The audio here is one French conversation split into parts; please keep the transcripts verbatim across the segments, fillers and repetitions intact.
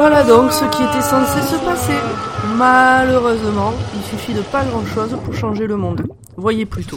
Voilà donc ce qui était censé se passer. Malheureusement, il suffit de pas grand-chose pour changer le monde. Voyez plutôt.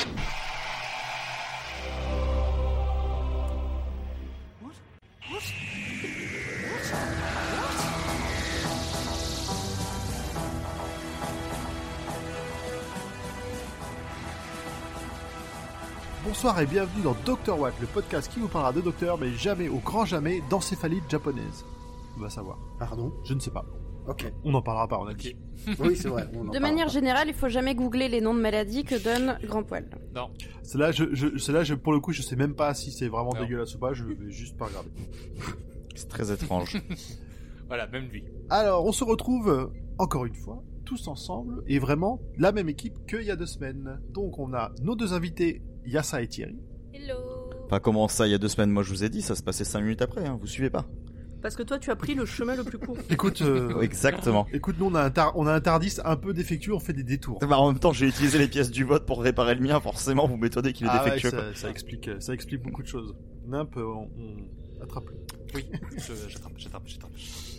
Bonsoir et bienvenue dans Docteur Watt, le podcast qui vous parlera de docteur, mais jamais, au grand jamais, d'encéphalite japonaise. On va savoir. Pardon ? Je ne sais pas. Ok. On n'en parlera pas, on a dit. Oui, c'est vrai. On en De parlera manière pas. générale, il faut jamais googler les noms de maladies que donne Grand Poil. Non. C'est là, je, je, c'est là je, pour le coup, je sais même pas si c'est vraiment Non. dégueulasse ou pas, je vais juste pas regarder. C'est très étrange. Voilà, même lui. Alors, on se retrouve, euh, encore une fois, tous ensemble, et vraiment, la même équipe qu'il y a deux semaines. Donc, on a nos deux invités, Yassa et Thierry. Hello. Enfin, comment ça, il y a deux semaines, moi je vous ai dit, ça se passait cinq minutes après, hein, vous suivez pas. Parce que toi, tu as pris le chemin le plus court. Écoute, euh, Exactement. écoute, nous, on a un, tar- on a un Tardis un peu défectueux, on fait des détours. Bah, en même temps, j'ai utilisé les pièces du vote pour réparer le mien, forcément, vous m'étonnez qu'il est Ah ouais, défectueux. ça, ça explique, ça explique beaucoup de choses. Nimp, euh, on, on attrape. Oui, je, j'attrape, j'attrape, j'attrape.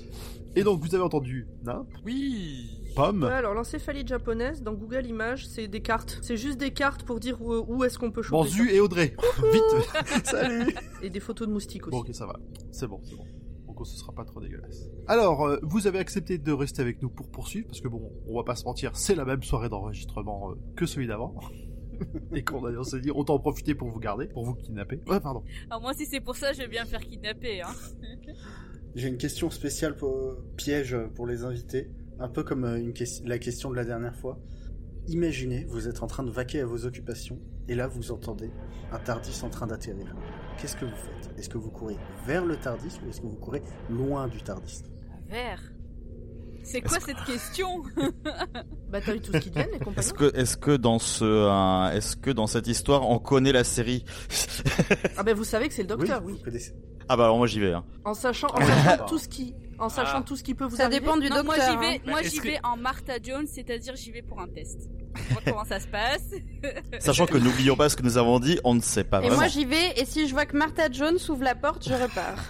Et donc, vous avez entendu Nimp, Oui. Pomme, Ouais, alors l'encéphalite japonaise, dans Google Images, c'est des cartes. C'est juste des cartes pour dire où, où est-ce qu'on peut choper Banzu et Audrey. Vite. Salut. ça. Et des photos de moustiques aussi. Bon, ok, ça va. C'est bon, c'est bon. Donc, ce sera pas trop dégueulasse. Alors, euh, vous avez accepté de rester avec nous pour poursuivre, parce que bon, on va pas se mentir, c'est la même soirée d'enregistrement euh, que celui d'avant. Et qu'on a, on s'est dit, autant en profiter pour vous garder, pour vous kidnapper. Ouais, pardon. Alors moi, si c'est pour ça, je vais bien me faire kidnapper. Hein. J'ai une question spéciale pour piège pour les invités, un peu comme euh, une que- la question de la dernière fois. Imaginez, vous êtes en train de vaquer à vos occupations, et là vous entendez un Tardis en train d'atterrir. Qu'est-ce que vous faites ? Est-ce que vous courez vers le Tardis ou est-ce que vous courez loin du Tardis ? Vert. C'est quoi cette question ? Bah, t'as eu tout ce qui te viennent, les compagnons. Est-ce que, est-ce que dans ce, euh, est-ce que dans cette histoire, on connaît la série? Ah ben, vous savez que c'est le docteur, oui. Vous connaissez. Ah bah alors moi j'y vais, hein. En sachant, en sachant tout ce qui, en sachant Ah. tout ce qui peut vous Ça arriver. dépend du Non, moi docteur. j'y vais, hein. moi Est-ce j'y que- vais en Martha Jones, c'est-à-dire j'y vais pour un test. Voir comment ça se passe. Sachant que n'oublions pas ce que nous avons dit, on ne sait pas Et vraiment. moi j'y vais, et si je vois que Martha Jones ouvre la porte, je repars.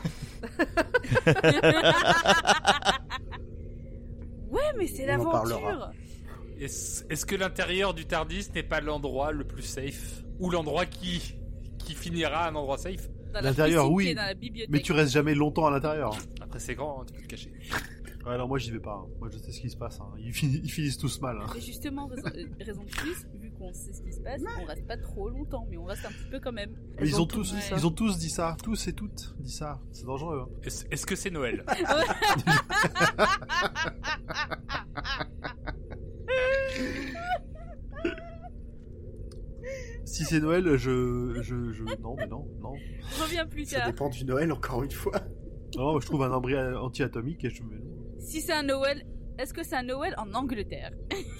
Ouais, mais c'est On en l'aventure. parlera. Est-ce, est-ce que l'intérieur du Tardis n'est pas l'endroit le plus safe ? Ou l'endroit qui, qui finira à un endroit safe ? Dans la L'intérieur, piscine oui. qui est dans la bibliothèque. Mais tu restes jamais longtemps à l'intérieur. Après c'est grand, hein, tu peux te cacher. Ouais, alors moi j'y vais pas. hein. Moi je sais ce qui se passe. Hein. Ils, fin- ils finissent tous mal. Hein. Mais justement, raison, euh, raison de plus, vu qu'on sait ce qui se passe, on reste pas trop longtemps, mais on reste un petit peu quand même. Mais ils ont tous tous, dit ça. ils ont tous dit ça. Tous et toutes dit ça. C'est dangereux. Hein. Est-ce, est-ce que c'est Noël ? Si c'est Noël, je, je, je, non, mais non, non. Je reviens plus Ça tard. dépend du Noël encore une fois. Non, je trouve un embryon anti-atomique et je me. Si c'est un Noël, est-ce que c'est un Noël en Angleterre ?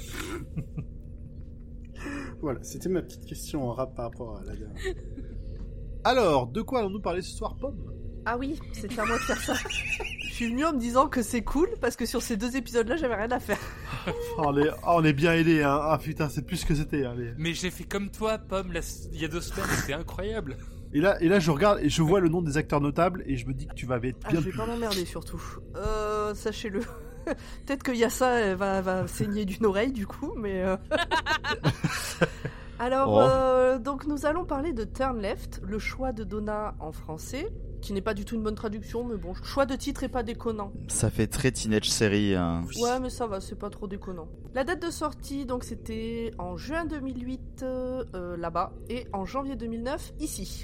Voilà, c'était ma petite question en rap par rapport à la dernière. Alors, de quoi allons-nous parler ce soir, Pomme? Ah oui, c'était à moi de faire ça. Je suis venue en me disant que c'est cool parce que sur ces deux épisodes-là, j'avais rien à faire. Oh, on, est... oh, on est bien aidés, hein. Ah putain, c'est plus ce que c'était. Hein, les- Mais j'ai fait comme toi, Pomme, la- il y a deux semaines, c'était incroyable. Et là, et là, je regarde et je vois le nom des acteurs notables et je me dis que tu vas être Ah, bien je vais plus. pas m'emmerder surtout. Euh, sachez-le. Peut-être que Yassa elle va, va saigner d'une oreille du coup, mais. euh, Alors, Oh. euh, donc nous allons parler de Turn Left, le choix de Donna en français, qui n'est pas du tout une bonne traduction, mais bon, choix de titre est pas déconnant. Ça fait très teenage série, hein. Ouais, mais ça va, c'est pas trop déconnant. La date de sortie, donc c'était en juin deux mille huit euh, euh, là-bas et en janvier deux mille neuf ici.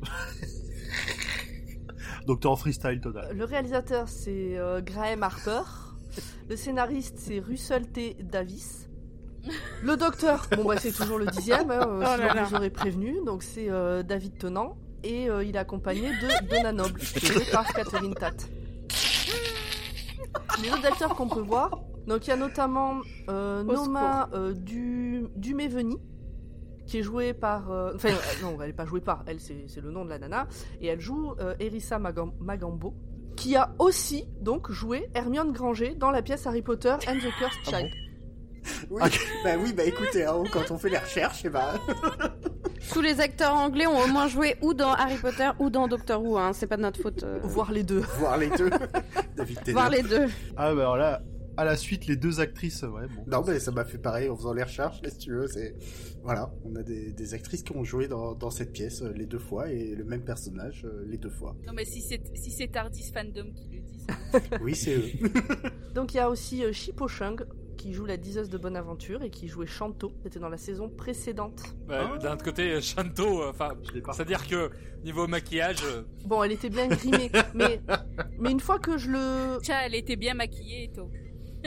Donc t'es en freestyle total. Le réalisateur c'est euh, Graham Harper, le scénariste c'est Russell T Davies. Le docteur, bon bah c'est toujours le dixième, hein, euh, Oh là sinon là. je vous aurais prévenu, donc c'est euh, David Tennant et euh, il est accompagné de Donna Noble, qui est jouée par Catherine Tate. Les autres acteurs qu'on peut voir, donc il y a notamment euh, Au Noma euh, du Dumeveni, qui est jouée par, euh, enfin euh, non, elle n'est pas jouée par, elle c'est c'est le nom de la nana, et elle joue euh, Erissa Magam- Magambo, qui a aussi donc joué Hermione Granger dans la pièce Harry Potter and the Cursed Ah Child. Oui, bah oui, bah écoutez, hein, quand on fait les recherches, et bah... Tous les acteurs anglais ont au moins joué ou dans Harry Potter ou dans Doctor Who, hein. C'est pas de notre faute. euh, Voir les deux. Voir les deux. David Tennant. Voir les deux. Ah bah alors là, à la suite, les deux actrices, ouais, bon. Non, mais ça m'a fait pareil en faisant les recherches, si tu veux. C'est... Voilà, on a des, des actrices qui ont joué dans, dans cette pièce euh, les deux fois et le même personnage euh, les deux fois. Non, mais si c'est si c'est Tardis Fandom qui le dit, ça... Oui, c'est eux. Donc il y a aussi euh, Shi Po-chung qui joue la diseuse de Bonaventure et qui jouait Shanto. C'était dans la saison précédente. Ouais, Ah. D'un autre côté, Shanto, enfin, Je l'ai pas. c'est-à-dire que niveau maquillage, euh, Bon, elle était bien grimée, mais mais une fois que je le, Tiens, elle était bien maquillée et tout.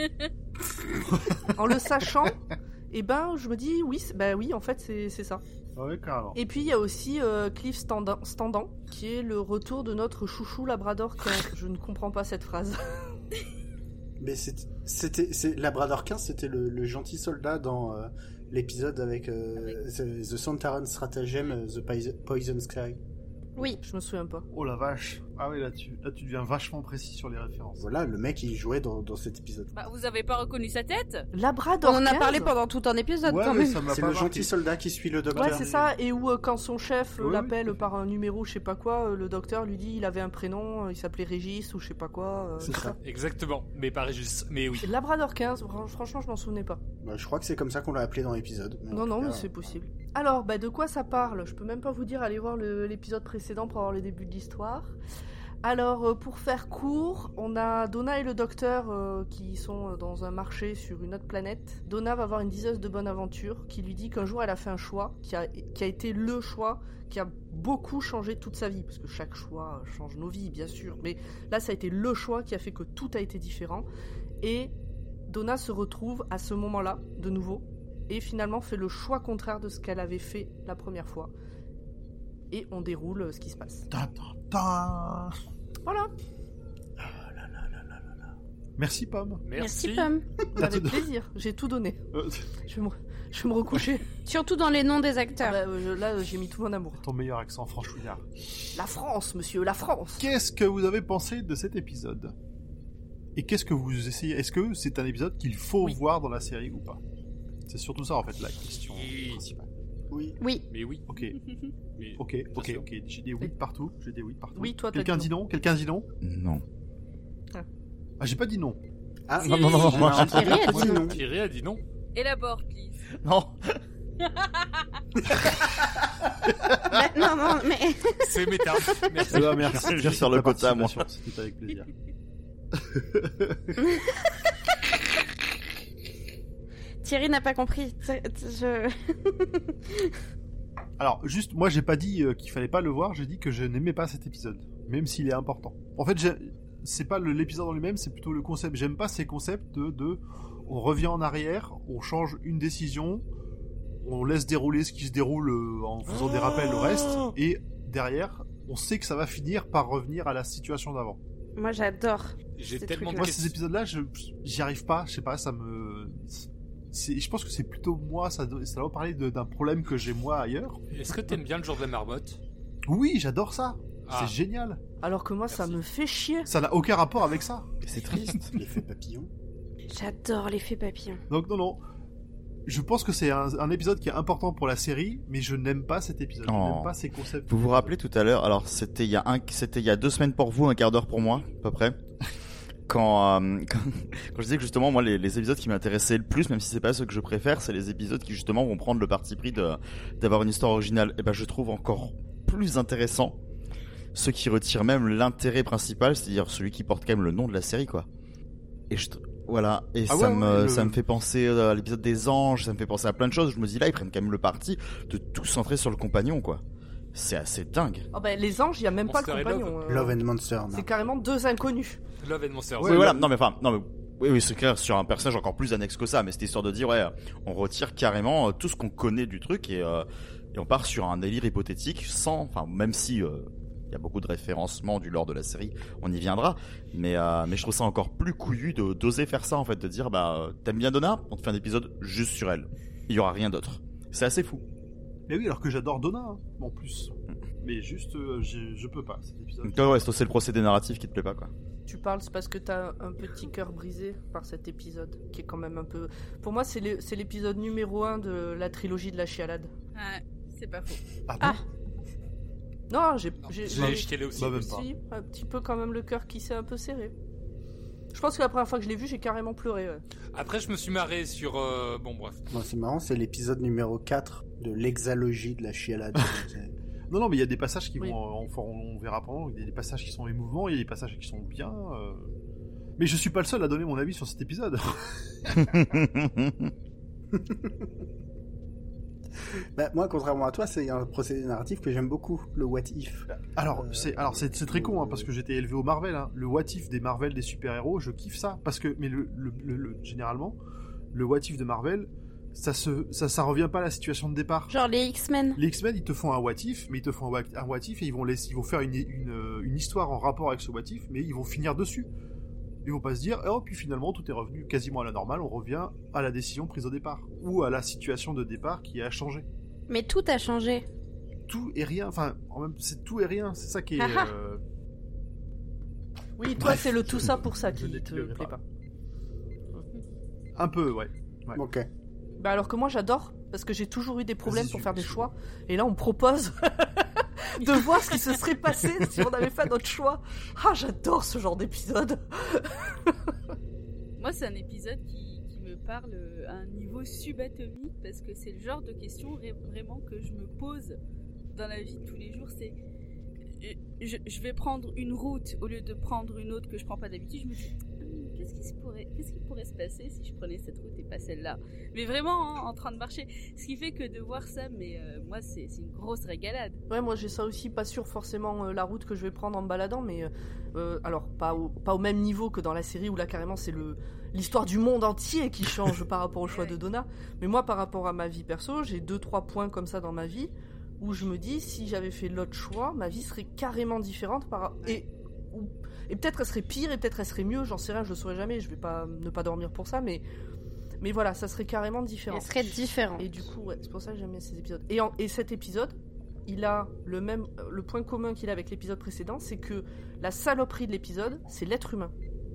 en le sachant, et ben je me dis oui, c'est- bah oui, en fait c'est c'est ça. Ah ouais, carrément. Et puis il y a aussi euh, Cliff Standan, Standan, qui est le retour de notre chouchou Labrador quinze. Je ne comprends pas cette phrase. Mais c'était, c'était, c'est, Labrador quinze, c'était le, le gentil soldat dans euh, l'épisode avec euh, The, The Sontaran Stratagem, euh, The Poison, Poison Sky. Oui. Je me souviens pas. Oh la vache. Ah oui, là tu, là tu deviens vachement précis sur les références. Voilà, le mec, il jouait dans, dans cet épisode. Bah, vous avez pas reconnu sa tête? Labrador On en a quinze. parlé pendant tout un épisode Ouais, quand mais même. ça m'a C'est pas le marqué. gentil soldat qui suit le docteur. Ouais, c'est ça, et où euh, quand son chef euh, Oui, l'appelle oui. par un numéro, je sais pas quoi, euh, le docteur lui dit il avait un prénom, euh, il s'appelait Régis ou je sais pas quoi. euh, C'est ça. exactement, mais pas Régis, mais oui. C'est Labrador quinze, fran- franchement je m'en souvenais pas. Bah, je crois que c'est comme ça qu'on l'a appelé dans l'épisode. Mais en Non, tout non, cas, mais c'est euh, possible. Alors, bah, de quoi ça parle? Je peux même pas vous dire, allez voir le- l'épisode précédent pour avoir le début de l'histoire. Alors, euh, pour faire court, on a Donna et le docteur euh, qui sont euh, dans un marché sur une autre planète. Donna va voir une diseuse de Bonaventure qui lui dit qu'un jour elle a fait un choix qui a, qui a été le choix qui a beaucoup changé toute sa vie. Parce que chaque choix change nos vies, bien sûr. Mais là, ça a été le choix qui a fait que tout a été différent. Et Donna se retrouve à ce moment-là, de nouveau, et finalement fait le choix contraire de ce qu'elle avait fait la première fois. Et on déroule euh, ce qui se passe. Ta, ta, ta. Voilà, Merci Pomme. Merci. Merci, Pomme. avec plaisir, j'ai tout donné. Euh, Je vais me, je vais me recoucher. Surtout dans les noms des Ah acteurs. bah, euh, je- là, j'ai mis tout mon amour. ton meilleur accent franchouillard. La France, monsieur, la France. Qu'est-ce que vous avez pensé de cet épisode? Et qu'est-ce que vous essayez? Est-ce que c'est un épisode qu'il faut Oui. voir dans la série ou pas? C'est surtout ça en fait la question Oui. principale. Oui. Oui. Mais oui. Ok, Mais- ok, ok, sûr. ok. J'ai des oui partout. J'ai des oui partout. Oui, toi, t'as Quelqu'un dit dit non? Quelqu'un dit non? Non. Ah, j'ai pas dit non. Ah, Si. Non, non, non, non, moi, Alors, Thierry a dit non. Thierry a dit non. Élabore, please. Non. Bah, non, non, mais C'est méta. Merci. Eh ben, merci. Je vais sur le Ta quota, moi. participation, C'était avec plaisir. Thierry n'a pas compris. C'est- Je... Alors, juste, moi, j'ai pas dit euh, qu'il fallait pas le voir. J'ai dit que je n'aimais pas cet épisode, même s'il est important. En fait, j'ai- c'est pas le- l'épisode en lui-même, c'est plutôt le concept. J'aime pas ces concepts de, de, on revient en arrière, on change une décision, on laisse dérouler ce qui se déroule euh, en faisant des rappels au reste, et derrière, on sait que ça va finir par revenir à la situation d'avant. Moi, j'adore. J'ai Ces tellement de trucs-là. Moi, ces questions. épisodes-là, je, j'y arrive pas. Je sais pas, ça me. C'est, je pense que c'est plutôt moi. Ça, doit- ça doit parler de- d'un problème que j'ai moi ailleurs. Est-ce que t'aimes bien le jour de la marmotte? Oui, j'adore ça. Ah. C'est génial. Alors que moi, ça Merci. me fait chier. Ça n'a aucun rapport avec ça. C'est triste. L'effet papillon. J'adore l'effet papillon. Donc non, non. Je pense que c'est un, un épisode qui est important pour la série, mais je n'aime pas cet épisode. Je Oh. n'aime pas ces concepts. Vous vous rappelez tout à l'heure, alors c'était il y a un, c'était il y a deux semaines pour vous, un quart d'heure pour moi, à peu près. Quand, euh, quand, quand je disais que justement, moi, les, les épisodes qui m'intéressaient le plus, même si c'est pas ceux que je préfère, c'est les épisodes qui justement vont prendre le parti pris de, d'avoir une histoire originale. Et ben, je trouve encore plus intéressant ceux qui retirent même l'intérêt principal, c'est-à-dire celui qui porte quand même le nom de la série, quoi. Et je, voilà. Et Ah ça ouais, me, ouais, le- ça me fait penser à l'épisode des anges, ça me fait penser à plein de choses. Je me dis là, ils prennent quand même le parti de tout centrer sur le compagnon, quoi. C'est assez dingue. Oh bah, les anges, il y a même pas Monster le et compagnon. euh, Love and Monster. non. C'est carrément deux inconnus. Love and Monsters. oui, voilà. Non, mais enfin, non, mais oui, oui, c'est clair sur un personnage encore plus annexe que ça. Mais c'était histoire de dire, ouais, on retire carrément euh, tout ce qu'on connaît du truc et, euh, et on part sur un délire hypothétique sans, enfin, même si euh, il y a beaucoup de référencement du lore de la série, on y viendra. Mais, euh, mais je trouve ça encore plus couillu de d'oser faire ça en fait, de dire, bah, euh, t'aimes bien Donna, on te fait un épisode juste sur elle. Il y aura rien d'autre. C'est assez fou. Mais oui, alors que j'adore Donna, hein, en plus. Mais juste, euh, je, je peux pas cet épisode. Donc, ouais, c'est c'est le procédé narratif qui te plaît pas, quoi. Tu parles, c'est parce que t'as un petit cœur brisé par cet épisode, qui est quand même un peu... Pour moi, c'est l'é- c'est l'épisode numéro un de la trilogie de la chialade. Ouais, C'est pas faux. Ah bon Ah. Non, j'ai, j'ai, Je l'ai j'ai- jeté aussi. Bah, même pas. si, un petit peu quand même le cœur qui s'est un peu serré. Je pense que la première fois que je l'ai vu, j'ai carrément pleuré. Ouais. Après, je me suis marré sur. euh, Bon, bref. Moi, c'est marrant, c'est l'épisode numéro quatre de l'exalogie de la chialade. C'est- Non, non, mais il y a des passages qui Oui. vont, euh, enfin, on verra pendant, il y a des passages qui sont émouvants, il y a des passages qui sont bien. euh. Mais je suis pas le seul à donner mon avis sur cet épisode. Bah, moi, contrairement à toi, c'est un procédé narratif que j'aime beaucoup, le what if. Alors, Euh, c'est, alors c'est, c'est très con, hein, parce que j'étais élevé au Marvel, hein. Le what if des Marvel des super-héros, je kiffe ça, parce que, mais le, le, le- le- généralement, le what if de Marvel, ça se, ça, ça revient pas à la situation de départ. Genre les X-Men. Les X-Men, ils te font un what if, mais ils te font un what, un what if et ils vont laisser, ils vont faire une, une, euh, une histoire en rapport avec ce what if, mais ils vont finir dessus. Ils vont pas se dire, oh, puis finalement, tout est revenu quasiment à la normale, on revient à la décision prise au départ, ou à la situation de départ qui a changé. Mais tout a changé. Tout et rien, enfin, en même, c'est tout et rien, c'est ça qui est. Ah ah. euh, Oui, toi, Bref, c'est le tout je- ça pour ça je qui te n'épiloguerai plaît pas. pas. Un peu, ouais. Ouais. Ok. Bah alors que moi, j'adore, parce que j'ai toujours eu des problèmes Vas-y, pour Zu, faire des excuse-moi. choix. Et là, on me propose de voir ce qui se serait passé si on avait fait notre choix. Ah, j'adore ce genre d'épisode. Moi, c'est un épisode qui, qui me parle à un niveau subatomique parce que c'est le genre de question ré- vraiment que je me pose dans la vie de tous les jours. C'est euh, je, je vais prendre une route au lieu de prendre une autre que je prends pas d'habitude. Je me dis Hum, qu'est-ce qui se pourrait, qu'est-ce qui pourrait se passer si je prenais cette route et pas celle-là. Mais vraiment hein, en train de marcher. Ce qui fait que de voir ça, mais euh, moi c'est, c'est une grosse régalade. Ouais, moi j'ai ça aussi, pas sûr forcément euh, la route que je vais prendre en me baladant, mais euh, euh, alors pas au, pas au même niveau que dans la série où là carrément c'est le l'histoire du monde entier qui change par rapport au choix de Donna. Mais moi par rapport à ma vie perso, j'ai deux trois points comme ça dans ma vie où je me dis si j'avais fait l'autre choix, ma vie serait carrément différente par et ou- et peut-être elle serait pire et peut-être elle serait mieux, j'en sais rien, je le saurais jamais, je vais pas ne pas dormir pour ça, mais mais voilà, ça serait carrément différent. Elle serait différente. Et du coup, ouais, c'est pour ça que j'aime bien ces épisodes. Et, en- et cet épisode, il a le même, euh, le point commun qu'il a avec l'épisode précédent, c'est que la saloperie de l'épisode, c'est l'être humain.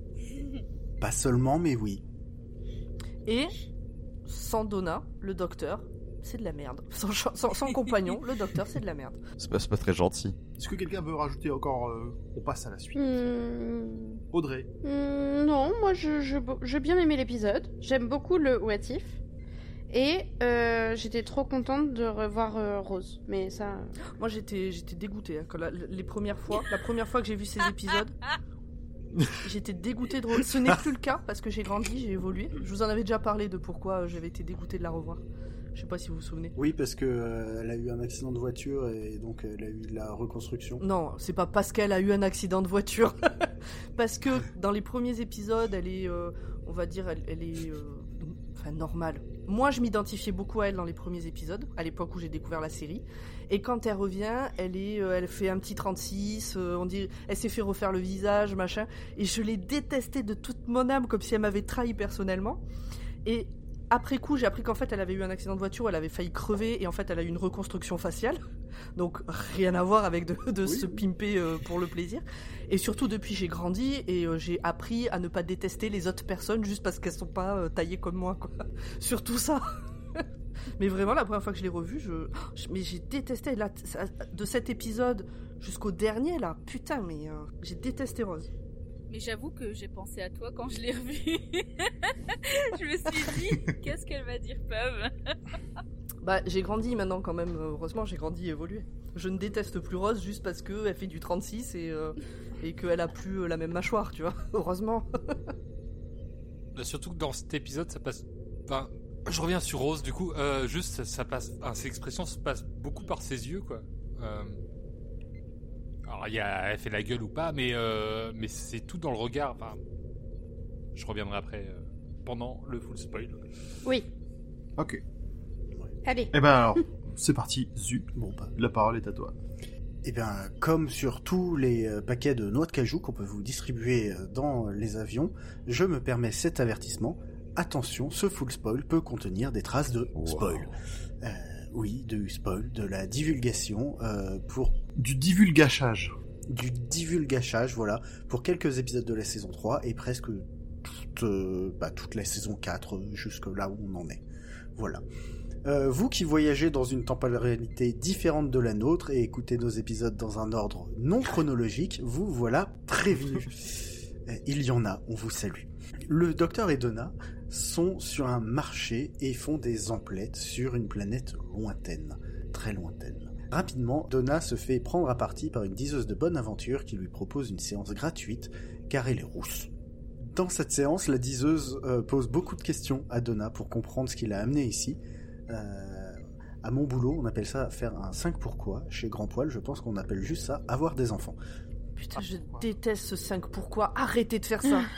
Pas seulement, mais oui. Et sans Donna, le docteur, c'est de la merde. Sans, cha- sans, sans compagnon, le docteur, c'est de la merde. C'est pas, c'est pas très gentil. Est-ce que quelqu'un veut rajouter encore euh, on passe à la suite. Hmm, Audrey. hmm, non, moi je, je, j'ai bien aimé l'épisode. J'aime beaucoup le what if. Et euh, j'étais trop contente de revoir euh, Rose. Mais ça. Moi, j'étais, j'étais dégoûtée hein, quand la- les premières fois, la première fois que j'ai vu ces épisodes. J'étais dégoûtée de Rose. Ce n'est plus le cas parce que j'ai grandi, j'ai évolué. Je vous en avais déjà parlé de pourquoi j'avais été dégoûtée de la revoir. Je sais pas si vous vous souvenez. Oui, parce que euh, elle a eu un accident de voiture et donc elle a eu de la reconstruction. Non, c'est pas parce qu'elle a eu un accident de voiture. Parce que dans les premiers épisodes, elle est, euh, on va dire, elle, elle est, euh, enfin, normale. Moi, je m'identifiais beaucoup à elle dans les premiers épisodes, à l'époque où j'ai découvert la série. Et quand elle revient, elle est, euh, elle fait un petit trente-six, euh, on dit, elle s'est fait refaire le visage, machin. Et je l'ai détestée de toute mon âme, comme si elle m'avait trahi personnellement. Et après coup, j'ai appris qu'en fait, elle avait eu un accident de voiture, elle avait failli crever, et en fait, elle a eu une reconstruction faciale. Donc, rien à voir avec de, de Oui. se pimper euh, pour le plaisir. Et surtout, depuis, j'ai grandi, et euh, j'ai appris à ne pas détester les autres personnes juste parce qu'elles sont pas euh, taillées comme moi, quoi. Surtout ça. Mais vraiment, la première fois que je l'ai revue, je... je- mais j'ai détesté, là, ça- de cet épisode jusqu'au dernier, là, putain, mais euh, j'ai détesté Rose. Mais j'avoue que j'ai pensé à toi quand je l'ai revu. Je me suis dit, qu'est-ce qu'elle va dire, Pam? Bah, j'ai grandi maintenant quand même, euh, heureusement, j'ai grandi et évolué. Je ne déteste plus Rose juste parce qu'elle fait du trente-six et, euh, et qu'elle a plus euh, la même mâchoire, tu vois, heureusement. Bah, surtout que dans cet épisode, ça passe. Enfin, je reviens sur Rose, du coup, euh, juste, ça, ça passe. Enfin, ces expressions se passent beaucoup par ses yeux, quoi. Euh... Alors, il y a, elle fait la gueule ou pas, mais, euh, mais c'est tout dans le regard. Enfin, je reviendrai après, euh, pendant le full spoil. Oui. Ok. Allez. Eh ben alors, c'est parti, Zu. Bon, bah. La parole est à toi. Eh bien, comme sur tous les euh, paquets de noix de cajou qu'on peut vous distribuer euh, dans les avions, je me permets cet avertissement. Attention, ce full spoil peut contenir des traces de spoil. Euh, oui, du spoil, de la divulgation euh, pour Du divulgachage. du divulgachage, voilà, pour quelques épisodes de la saison trois et presque toute, euh, bah, toute la saison quatre, euh, jusque là où on en est. Voilà. Euh, vous qui voyagez dans une temporalité différente de la nôtre et écoutez nos épisodes dans un ordre non chronologique, vous voilà prévenus. Euh, il y en a, on vous salue. Le docteur et Donna sont sur un marché et font des emplettes sur une planète lointaine, très lointaine. Rapidement, Donna se fait prendre à partie par une diseuse de bonne aventure qui lui propose une séance gratuite car elle est rousse. Dans cette séance, la diseuse euh, pose beaucoup de questions à Donna pour comprendre ce qui l'a amené ici. Euh, à mon boulot, on appelle ça faire un cinq pourquoi. Chez Grand Poil, je pense qu'on appelle juste ça avoir des enfants. Putain, je déteste ce cinq pourquoi. Arrêtez de faire ça.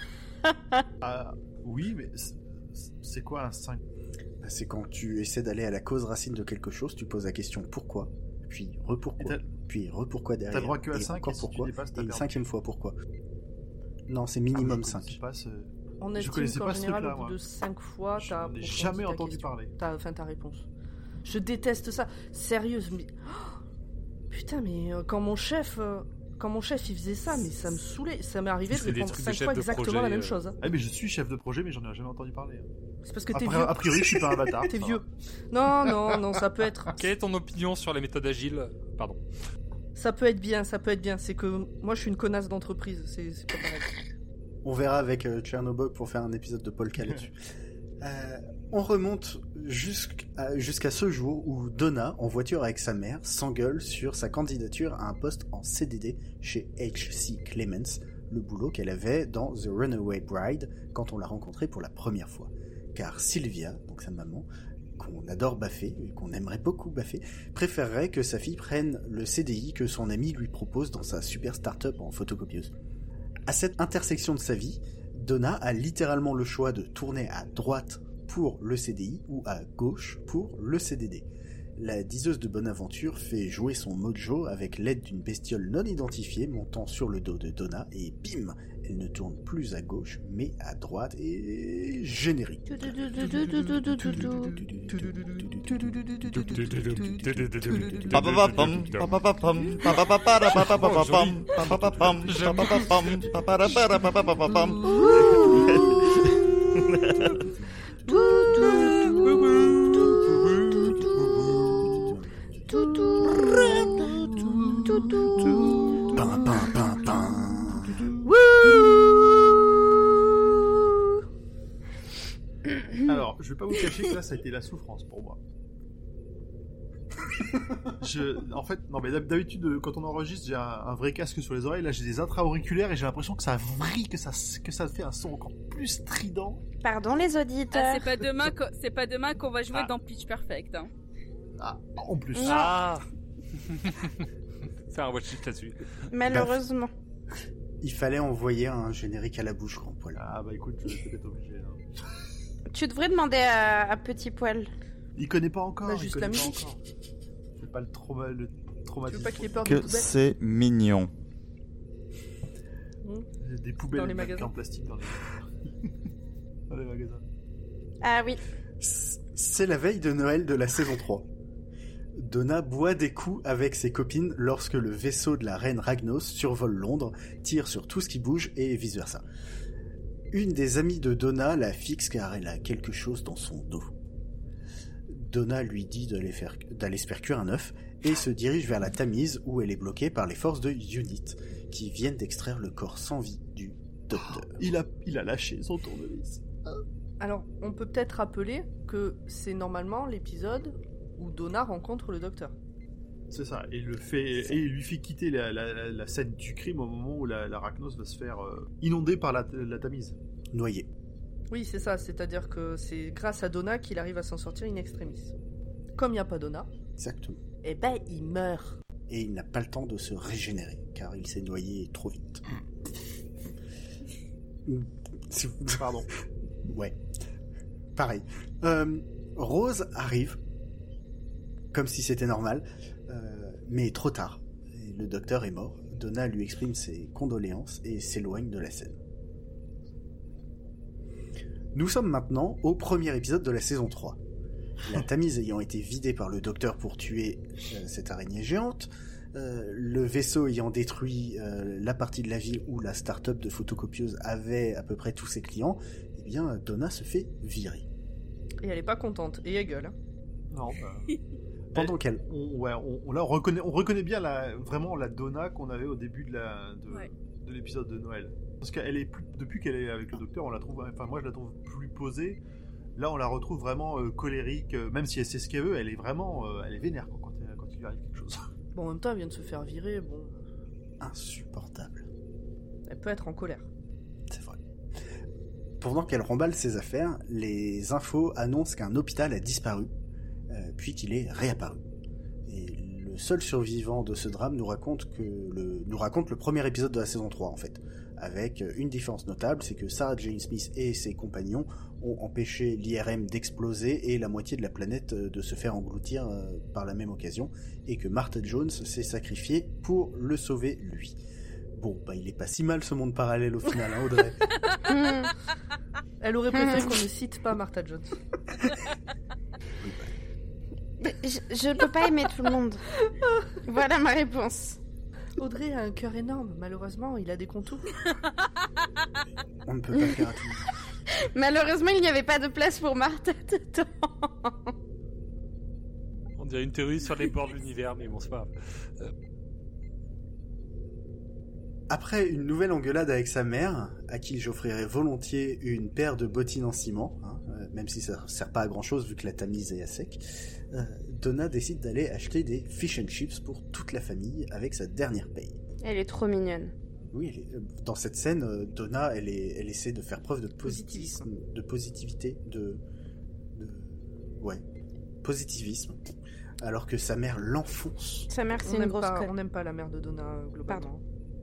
Ah, oui, mais c'est- c'est quoi un cinq? C'est quand tu essaies d'aller à la cause racine de quelque chose, tu poses la question pourquoi, puis Et re-pourquoi, t'as- puis re-pourquoi derrière, T'as le droit que à et cinq, encore et si tu pourquoi, dépasses, t'as et une perdu. cinquième fois pourquoi. Non, c'est Ah, minimum je connaissais cinq. pas ce- On Je estime connaissais qu'en pas ce général, truc-là, au bout moi. de cinq fois, Je t'as n'en ai approfondi jamais ta entendu question. parler. T'as, enfin, ta réponse. Je déteste ça. Sérieux, mais... Oh, putain, mais euh, quand mon chef... euh, Quand mon chef il faisait ça, mais ça me saoulait. Ça m'est arrivé de C'est des répondre trucs de cinq chef fois de exactement projet, la même euh. chose. hein. Ah, mais je suis chef de projet, mais j'en ai jamais entendu parler. C'est parce que t'es Après, vieux. a priori, je suis pas un bâtard. T'es ça vieux. va. Non, non, non, ça peut être... Quelle est ton opinion sur les méthodes agiles? Pardon. Ça peut être bien, ça peut être bien. C'est que moi, je suis une connasse d'entreprise. C'est, c'est pas pareil. On verra avec euh, Tchernobyl pour faire un épisode de Polka là-dessus. Euh, on remonte jusqu'à, jusqu'à ce jour où Donna, en voiture avec sa mère, s'engueule sur sa candidature à un poste en C D D chez H C Clements, le boulot qu'elle avait dans The Runaway Bride quand on l'a rencontrée pour la première fois. Car Sylvia, donc sa maman, qu'on adore baffer, et qu'on aimerait beaucoup baffer, préférerait que sa fille prenne le C D I que son ami lui propose dans sa super start-up en photocopieuse. À cette intersection de sa vie, Donna a littéralement le choix de tourner à droite pour le C D I ou à gauche pour le C D D. La diseuse de bonne aventure fait jouer son mojo avec l'aide d'une bestiole non identifiée montant sur le dos de Donna et bim, elle ne tourne plus à gauche mais à droite et générique. Papapapam, papapapam, papapapapapapapam, papapapam, papapapam, paparapapapapapam. Pin, pin, pin, pin. Alors, je vais pas vous cacher que là, ça a été la souffrance pour moi. Je, en fait, non, mais d'hab- d'habitude, euh, quand on enregistre, j'ai un, un vrai casque sur les oreilles. Là, j'ai des intra-auriculaires et j'ai l'impression que ça vrille, que ça, que ça fait un son encore plus strident. Pardon les Ah, auditeurs. c'est pas demain qu'on, c'est pas demain qu'on va jouer Ah. dans Pitch Perfect. Hein. Ah, en plus. Ah Faire un watch-list là-dessus. Malheureusement. Il fallait envoyer un générique à la bouche, Grand Poil. Ah, bah écoute, je vais peut-être obligé. hein. Tu devrais demander à, à Petit Poil. Il connaît pas encore. Bah, il juste connaît la pas musique. encore. Je vais pas le, trauma, le Tu traumatiser. veux pas qu'il ait peur des Que poubelles c'est mignon. Des poubelles Dans les en magasins. plastique dans les, dans les magasins. Ah oui. C'est la veille de Noël de la saison trois. Donna boit des coups avec ses copines lorsque le vaisseau de la reine Ragnos survole Londres, tire sur tout ce qui bouge et vice versa. Une des amies de Donna la fixe car elle a quelque chose dans son dos. Donna lui dit d'aller, faire, d'aller se faire cuire un œuf et se dirige vers la Tamise où elle est bloquée par les forces de Unit qui viennent d'extraire le corps sans vie du docteur. Il a, il a lâché son tournevis. Alors, on peut peut-être rappeler que c'est normalement l'épisode où Donna rencontre le docteur. C'est ça. Et il le fait, et il lui fait quitter la, la, la, la scène du crime au moment où la, la Ragnos va se faire euh, inonder par la, la Tamise. Noyé. Oui, c'est ça. C'est-à-dire que c'est grâce à Donna qu'il arrive à s'en sortir in extremis. Comme il n'y a pas Donna, Exactement. eh ben, il meurt. Et il n'a pas le temps de se régénérer, car il s'est noyé trop vite. Pardon. Ouais. Pareil. Euh, Rose arrive, comme si c'était normal, euh, mais trop tard. Et le docteur est mort. Donna lui exprime ses condoléances et s'éloigne de la scène. Nous sommes maintenant au premier épisode de la saison trois. La Tamise ayant été vidée par le docteur pour tuer euh, cette araignée géante, euh, le vaisseau ayant détruit euh, la partie de la ville où la start-up de photocopieuse avait à peu près tous ses clients, eh bien Donna se fait virer. Et elle est pas contente. Et elle gueule. hein. Non, bah... Pendant qu'elle... On, ouais, on, on, là, on reconnaît, on reconnaît bien la, vraiment la Donna qu'on avait au début de, la, de, Ouais. de l'épisode de Noël. Parce qu'elle est plus, depuis qu'elle est avec le docteur, on la trouve, enfin moi je la trouve plus posée. Là, on la retrouve vraiment euh, colérique, euh, même si elle sait ce qu'elle veut, elle est vraiment, euh, elle est vénère quoi, quand, elle, quand il lui arrive quelque chose. Bon, en même temps, elle vient de se faire virer, bon, Insupportable. elle peut être en colère. C'est vrai. Pendant qu'elle remballe ses affaires, les infos annoncent qu'un hôpital a disparu, euh, puis qu'il est réapparu. Et le seul survivant de ce drame nous raconte, que le, nous raconte le premier épisode de la saison trois, en fait. Avec une différence notable, c'est que Sarah Jane Smith et ses compagnons ont empêché l'I R M d'exploser et la moitié de la planète de se faire engloutir euh, par la même occasion, et que Martha Jones s'est sacrifiée pour le sauver, lui. Bon, bah il est pas si mal ce monde parallèle au final, hein, Audrey. Hmm. Elle aurait préféré qu'on ne cite pas Martha Jones. Mais Je, je peux pas aimer tout le monde. Voilà ma réponse. Audrey a un cœur énorme, malheureusement, il a des contours. On ne peut pas faire à tout le monde. Malheureusement, il n'y avait pas de place pour Martha dedans. On dirait une théorie sur les bords de l'univers, mais bon, c'est pas grave. Euh, Après une nouvelle engueulade avec sa mère, à qui j'offrirais volontiers une paire de bottines en ciment, hein, euh, même si ça sert pas à grand chose vu que la tamise est à sec, euh, Donna décide d'aller acheter des fish and chips pour toute la famille avec sa dernière paye. Elle est trop mignonne. Oui, elle est- euh, dans cette scène, euh, Donna, elle, est, elle essaie de faire preuve de positivisme, de positivité, de, de, ouais, positivisme, alors que sa mère l'enfonce. Sa mère, On c'est une n'aime grosse pas, conne. on n'aime pas la mère de Donna, euh, globalement.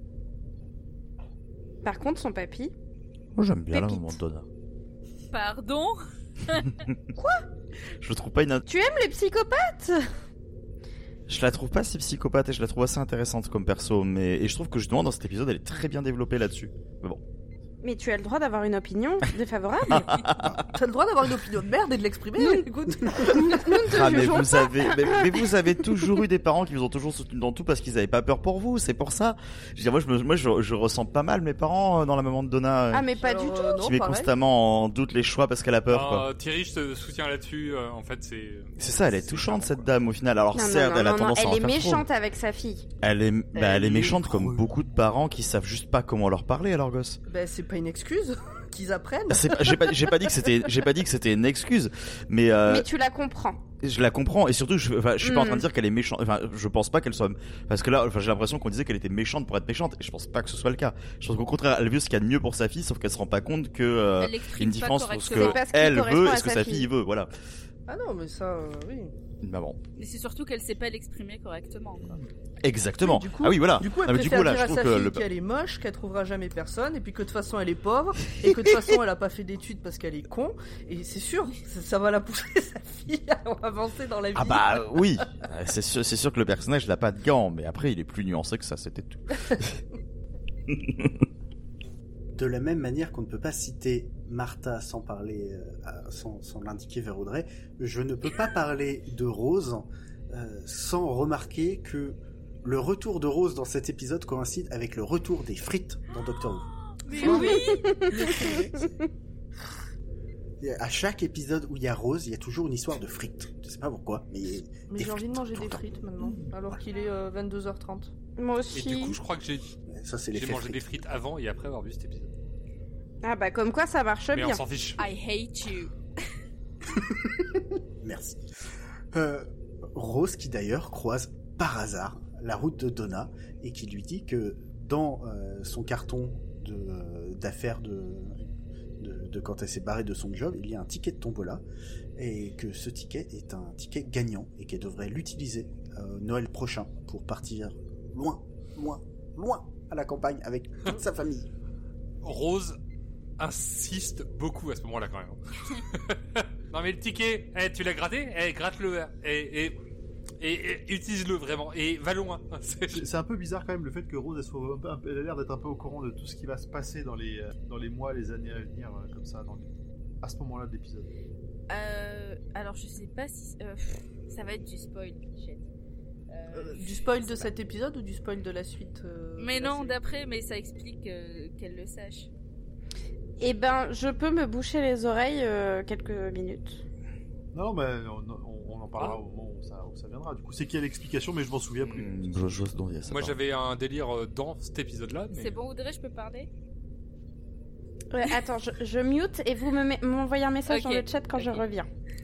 Par contre, son papy, Moi, j'aime bien la Pépite. maman de Donna. Pardon? Je le trouve pas ina... tu aimes les psychopathes? Je la trouve pas si psychopathe et je la trouve assez intéressante comme perso, mais et je trouve que justement dans cet épisode elle est très bien développée là-dessus. Mais bon. Mais tu as le droit d'avoir une opinion défavorable. T'as le droit d'avoir une opinion de merde et de l'exprimer, Non. écoute. Ah mais jugeons vous avez, mais, mais vous avez toujours eu des parents qui vous ont toujours soutenu dans tout parce qu'ils avaient pas peur pour vous, c'est pour ça. Je veux dire, moi je me, moi je, je ressens pas mal mes parents euh, dans la maman de Donna, euh, Ah, mais pas Alors, du tout. euh, non, qui met pareil. constamment en doute les choix parce qu'elle a peur quoi. euh, Thierry, je te soutiens là-dessus. euh, en fait, c'est. C'est ça, elle est c'est touchante marrant, cette quoi. dame au final. Alors Non, non, certes, non, elle a non, non, tendance à en elle est faire trop. méchante avec sa fille. Elle est, bah, elle est Elle méchante est comme creux. beaucoup de parents qui savent juste pas comment leur parler à leur gosse. Ben, c'est pas une excuse qu'ils apprennent. C'est pas- J'ai pas, j'ai pas dit que c'était, j'ai pas dit que c'était une excuse, mais, euh, Mais tu la comprends. je la comprends et surtout, je, enfin, je suis pas en train de Mm. dire qu'elle est méchante. Enfin, je pense pas qu'elle soit, parce que là, enfin, j'ai l'impression qu'on disait qu'elle était méchante pour être méchante et je pense pas que ce soit le cas. Je pense qu'au contraire, elle veut ce qu'il y a de mieux pour sa fille, sauf qu'elle se rend pas compte que euh, Elle il y a l'exprime une pas différence entre ce correctement. que C'est parce qu'il elle correspond veut à et ce que sa sa fille. fille veut. Voilà. Ah non, mais ça, euh, oui. Bah bon. Mais c'est surtout qu'elle sait pas l'exprimer correctement, quoi. Exactement. Oui, du coup- ah oui, voilà. Du coup, elle Ah, mais du préfère coup, là, dire je à trouve sa que fille le- qu'elle est moche, qu'elle trouvera jamais personne, et puis que de toute façon elle est pauvre, et que de toute façon elle a pas fait d'études parce qu'elle est con, et c'est sûr, ça, ça va la pousser sa fille à avancer dans la vie. Ah bah oui, Euh, c'est sûr, c'est sûr que le personnage n'a pas de gants, mais après il est plus nuancé que ça, c'était tout. De la même manière qu'on ne peut pas citer Martha sans parler, euh, à- sans, sans l'indiquer vers Audrey, je ne peux pas parler de Rose euh, sans remarquer que le retour de Rose dans cet épisode coïncide avec le retour des frites dans Doctor Who. Mais oui! Et à chaque épisode où il y a Rose, il y a toujours une histoire de frites. Je sais pas pourquoi, mais Mais des j'ai envie de frites, manger tout des le temps. frites maintenant, alors qu'il est euh, vingt-deux heures trente. Moi Et aussi. du coup, je crois que j'ai ça c'est j'ai l'effet mangé frites. des frites avant et après avoir vu cet épisode. Ah bah comme quoi ça marche Mais bien. on s'en fiche. I hate you. Merci. Euh, Rose qui d'ailleurs croise par hasard la route de Donna et qui lui dit que dans euh, son carton de, euh, d'affaires de, de, de quand elle s'est barrée de son job, il y a un ticket de tombola et que ce ticket est un ticket gagnant et qu'elle devrait l'utiliser euh, Noël prochain pour partir loin, loin, loin à la campagne avec toute sa famille. Rose insiste beaucoup à ce moment-là quand même. Non mais le ticket, eh, tu l'as gratté, eh, gratte-le et, et, et, et utilise-le vraiment et va loin. C'est- C'est c'est un peu bizarre quand même le fait que Rose elle, soit un peu- un peu- elle a l'air d'être un peu au courant de tout ce qui va se passer dans les, euh, dans les mois, les années à venir, euh, comme ça, dans les- à ce moment-là de l'épisode. Euh, alors je sais pas si... euh, pff, ça va être du spoil, shit. Euh, Euh, du spoil je de sais cet épisode ou du spoil de la suite euh, pas. Mais de la non, série d'après, mais ça explique euh, qu'elle le sache. Eh ben, je peux me boucher les oreilles euh, quelques minutes. Non, non, mais on, on- on en parlera Ah. au moment où ça, où ça viendra. Du coup, c'est qu'il y a l'explication, mais je m'en souviens plus. Hmm, je- je- non, il y a ça Moi pas. j'avais un délire euh, dans cet épisode-là. Mais... C'est bon, Audrey, je peux parler? Ouais, attends, je, je mute et vous me met- m'envoyez un message Ok. dans le chat quand je Ok. reviens.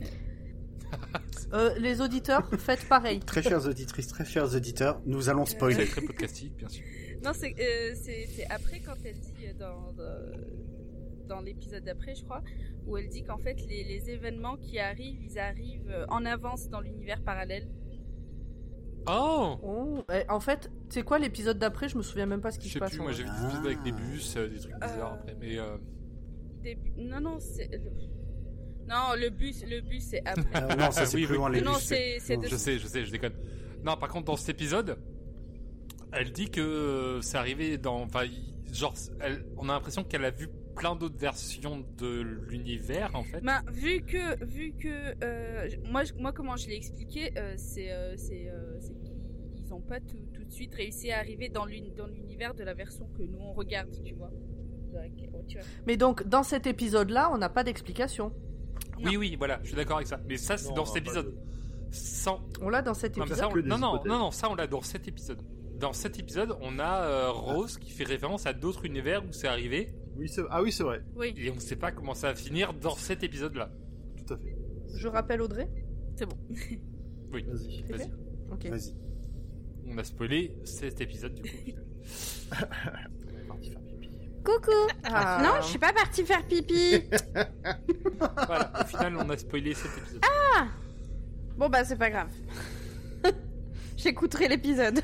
Euh, les auditeurs, faites pareil. Très chères auditrices, très chers auditeurs, nous allons C'est spoiler. très podcastique, bien sûr. Non, c'est euh, c'est- c'est après quand elle dit euh, dans, dans, dans l'épisode d'après, je crois, où elle dit qu'en fait les, les événements qui arrivent, ils arrivent euh, en avance dans l'univers parallèle. Oh Oh, eh, en fait, c'est quoi l'épisode d'après? Je me souviens même pas ce qui Je se sais passe. plus, en moi vrai. j'ai vu des Ah. épisodes avec des bus, euh, des trucs bizarres Euh, après. Mais euh, Des- Non, non, c'est le- non le bus, le bus c'est après. Euh, non, ça c'est Oui, plus oui. loin les non, bus. c'est c'est de je sais, je sais, je déconne. Non, par contre, dans cet épisode, elle dit que euh, c'est arrivé dans. Enfin, il- genre, elle- on a l'impression qu'elle a vu plein d'autres versions de l'univers en fait. Ben, vu que, vu que, euh, moi, je- moi, comment je l'ai expliqué, euh, c'est, euh, c'est, euh, c'est qu'ils n'ont pas tout, tout de suite réussi à arriver dans l'uni- dans l'univers de la version que nous on regarde, tu vois. Donc, oh, tu vois. Mais donc, dans cet épisode-là, on n'a pas d'explication. Oui, oui, voilà, je suis d'accord avec ça. Mais ça, c'est Non, dans on cet a pas épisode. Sans. On l'a dans cet Non, mais épisode. ça, on- que des non, non, hypothèses. non, non, ça, on l'a dans cet épisode. Dans cet épisode, on a euh, Rose qui fait référence à d'autres univers où c'est arrivé. Oui, c'est- ah oui, c'est vrai. Oui, Et on ne sait pas comment ça va finir dans cet épisode-là. Tout à fait. Je rappelle Audrey. c'est bon. Oui, Vas-y. C'est vas-y. fait Ok. Vas-y. On a spoilé cet épisode du coup. Elle est partie faire pipi. Coucou. Ah. Non, je suis pas partie faire pipi. Voilà, au final, on a spoilé cet épisode. Bon bah c'est pas grave. J'écouterai l'épisode.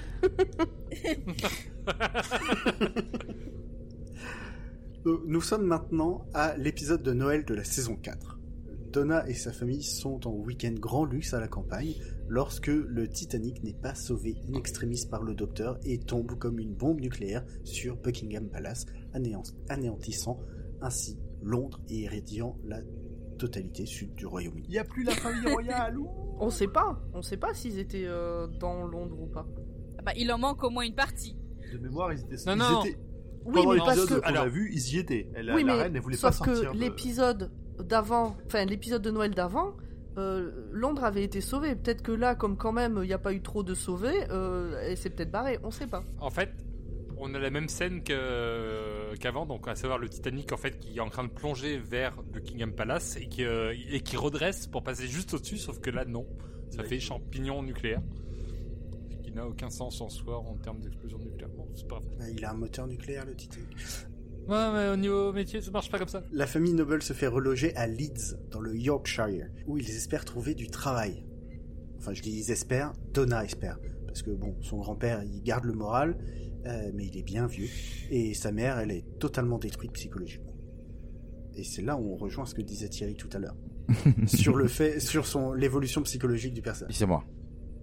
Euh, Nous sommes maintenant à l'épisode de Noël de la saison quatre. Donna et sa famille sont en week-end grand luxe à la campagne lorsque le Titanic n'est pas sauvé in extremis par le docteur et tombe comme une bombe nucléaire sur Buckingham Palace, anéant- anéantissant ainsi Londres et irradiant la totalité sud du Royaume-Uni. Il n'y a plus la famille royale. ouh. On sait pas. On sait pas s'ils étaient euh, dans Londres ou pas. Ah bah, il en manque au moins une partie. De mémoire, ils étaient. Non, ils non. étaient- Oui, Pendant mais parce l'épisode que. qu'on a Alors- vu, ils y étaient. Elle, Oui, la mais reine, elle voulait pas sauf que sortir. de- l'épisode d'avant, enfin l'épisode de Noël d'avant, euh, Londres avait été sauvé. Peut-être que là, comme quand même il n'y a pas eu trop de sauvés, euh, elle s'est peut-être barrée. On sait pas. En fait, on a la même scène que- qu'avant, donc à savoir le Titanic en fait qui est en train de plonger vers Buckingham Palace et qui, euh, et qui redresse pour passer juste au-dessus, sauf que là non, ça Ouais. fait champignon nucléaire. Ce qui n'a aucun sens en soi en termes d'explosion nucléaire. Bon, c'est pas grave. Bah, il a un moteur nucléaire le Titanic. Ouais, mais au niveau métier, ça marche pas comme ça. La famille Noble se fait reloger à Leeds, dans le Yorkshire, où ils espèrent trouver du travail. Enfin, je dis ils espèrent, Donna espère. Parce que bon, son grand-père, il garde le moral, euh, mais il est bien vieux. Et sa mère, elle est totalement détruite psychologiquement. Et c'est là où on rejoint ce que disait Thierry tout à l'heure. sur le fait, sur son, l'évolution psychologique du personnage. C'est moi.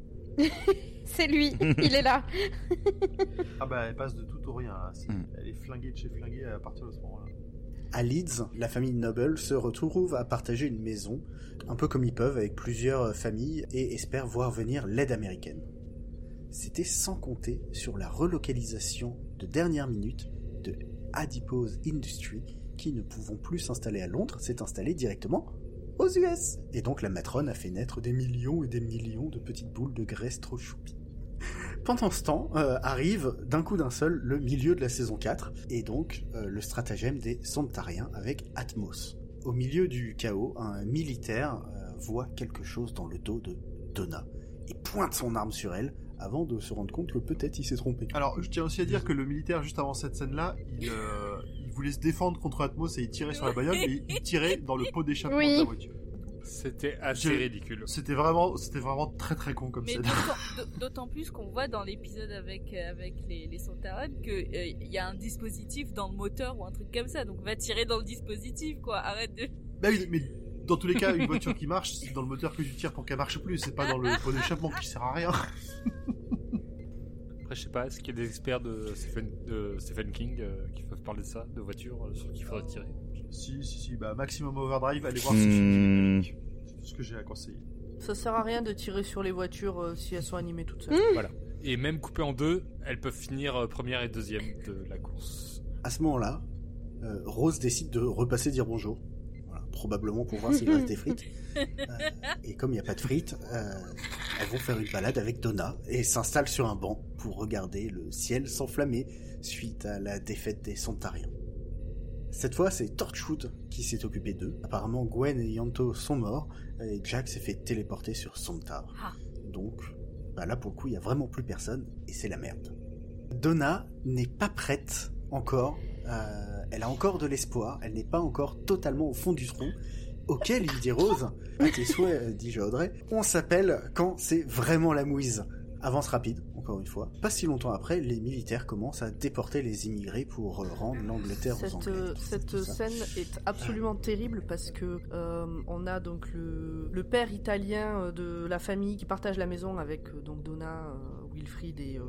C'est lui. Il est là. Ah bah, elle passe de tout au rien. Là. C'est- Mm. Elle est flinguée de chez flinguée à partir de ce moment-là. À Leeds, la famille Noble se retrouve à partager une maison, un peu comme ils peuvent, avec plusieurs familles, et espèrent voir venir l'aide américaine. C'était sans compter sur la relocalisation de dernière minute de Adipose Industries, qui ne pouvant plus s'installer à Londres, s'est installée directement aux U S. Et donc la matrone a fait naître des millions et des millions de petites boules de graisse trop choupies. Pendant ce temps, euh, arrive d'un coup d'un seul le milieu de la saison quatre, et donc euh, le stratagème des Sontariens avec Atmos. Au milieu du chaos, un militaire euh, voit quelque chose dans le dos de Donna, et pointe son arme sur elle, avant de se rendre compte que peut-être il s'est trompé. Alors, je tiens aussi à dire que le militaire, juste avant cette scène-là, il, euh, il voulait se défendre contre Atmos et il tirait sur la bagnole, et il tirait dans le pot d'échappement Oui. de la voiture. C'était assez Je- ridicule. C'était vraiment, c'était vraiment très très con comme Mais scène. d'autant- d'autant plus qu'on voit dans l'épisode avec, euh, avec les, les Sontarans qu'il y a un dispositif dans le moteur ou un truc comme ça, donc va tirer dans le dispositif, quoi. Arrête de. Bah oui, mais dans tous les cas, une voiture qui marche, c'est dans le moteur que tu tires pour qu'elle marche plus, c'est pas dans le pot d'échappement qui sert à rien. Après, je sais pas, est-ce qu'il y a des experts de Stephen, de Stephen King euh, qui peuvent parler de ça, de voitures euh, sur qui il faudrait tirer? Si, si, si, bah Maximum Overdrive, allez voir ce film. Hmm. C'est tout ce que j'ai à conseiller. Ça sert à rien de tirer sur les voitures euh, si elles sont animées toutes seules. Voilà. Et même coupées en deux, elles peuvent finir euh, première et deuxième de la course. À ce moment-là, euh, Rose décide de repasser dire bonjour. Voilà, probablement pour voir s'il reste des frites. Euh, et comme il n'y a pas de frites, euh, elles vont faire une balade avec Donna et s'installent sur un banc pour regarder le ciel s'enflammer suite à la défaite des Sontariens. Cette fois, c'est Torchwood qui s'est occupé d'eux. Apparemment, Gwen et Yanto sont morts et Jack s'est fait téléporter sur Sontar. Ah. Donc, bah là, pour le coup, il n'y a vraiment plus personne et c'est la merde. Donna n'est pas prête encore. Euh, elle a encore de l'espoir. Elle n'est pas encore totalement au fond du trou. Auquel il dit Rose, à tes souhaits, dit Audrey, on s'appelle quand c'est vraiment la mouise. Avance rapide, encore une fois. Pas si longtemps après, les militaires commencent à déporter les immigrés pour rendre l'Angleterre aux Cette, Anglais. cette C'est ça. scène est absolument terrible parce que euh, on a donc le, le père italien de la famille qui partage la maison avec euh, donc Donna, euh, Wilfried et, euh,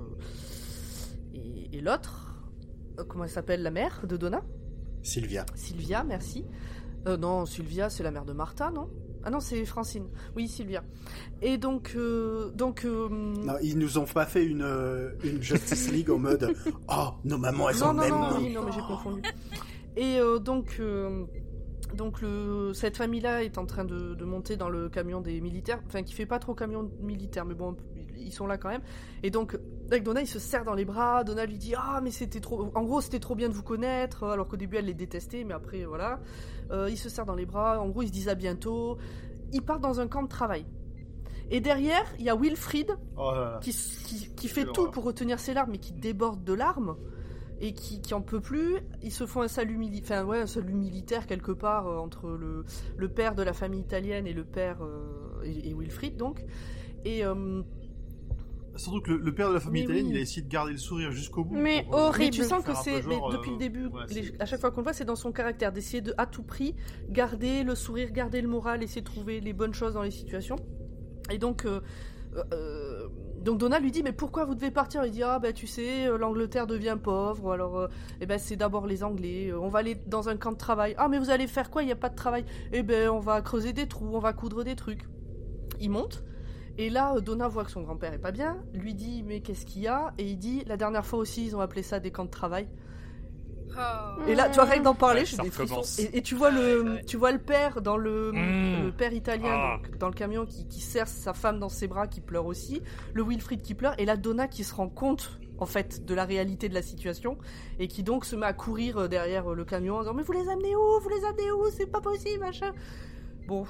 et, et l'autre. Euh, comment elle s'appelle, la mère de Donna? Sylvia. Sylvia, merci. Euh, non, Sylvia, c'est la mère de Martha, non? Ah non, c'est Francine. Oui, Sylvia. Et donc, euh, donc. Euh... Non, ils nous ont pas fait une, euh, une Justice League en mode oh, nos mamans elles non, sont non, même. non, oui, non, mais j'ai confondu. Et euh, donc, euh, donc le, cette famille-là est en train de, de monter dans le camion des militaires, enfin qui fait pas trop camion militaire, mais bon, ils sont là quand même. Et donc, avec Donna, il se serre dans les bras. Donna lui dit ah mais c'était trop, en gros c'était trop bien de vous connaître, alors qu'au début elle les détestait, mais après voilà. Euh, il se serre dans les bras. En gros, ils se disent à bientôt. Ils partent dans un camp de travail. Et derrière, il y a Wilfried Oh là là. qui, qui, qui fait Quelle tout horreur. pour retenir ses larmes, mais qui déborde de larmes et qui, qui en peut plus. Ils se font un salut, mili- enfin, ouais, un salut militaire quelque part euh, entre le, le père de la famille italienne et le père euh, et, et Wilfried donc. Et euh, Surtout que le, le père de la famille Mais italienne, oui. il a essayé de garder le sourire jusqu'au bout. Mais pour, euh, horrible. mais tu sens que faire un c'est, peu mais genre, depuis euh, le début, ouais, les- c'est- à chaque fois qu'on le voit, c'est dans son caractère d'essayer de à tout prix garder le sourire, garder le moral, essayer de trouver les bonnes choses dans les situations. Et donc, euh, euh, donc Donna lui dit mais pourquoi vous devez partir? Il dit ah ben tu sais euh, l'Angleterre devient pauvre alors euh, eh ben c'est d'abord les Anglais. Euh, on va aller dans un camp de travail. Ah mais vous allez faire quoi? Il y a pas de travail. Eh ben on va creuser des trous, on va coudre des trucs. Il monte. Et là, euh, Donna voit que son grand-père est pas bien, lui dit mais qu'est-ce qu'il y a? Et il dit la dernière fois aussi ils ont appelé ça des camps de travail. Oh. Et là, tu vois, rien que d'en parler, Ouais, j'ai ça des frissons. recommence. Et, et tu vois le, Ouais, ouais. tu vois le père dans le, Mmh. le père italien Ah. donc, dans le camion qui, qui serre sa femme dans ses bras, qui pleure aussi. Le Wilfried qui pleure et la Donna qui se rend compte en fait de la réalité de la situation et qui donc se met à courir euh, derrière euh, le camion en disant mais vous les amenez où? Vous les amenez où? C'est pas possible, machin. Bon.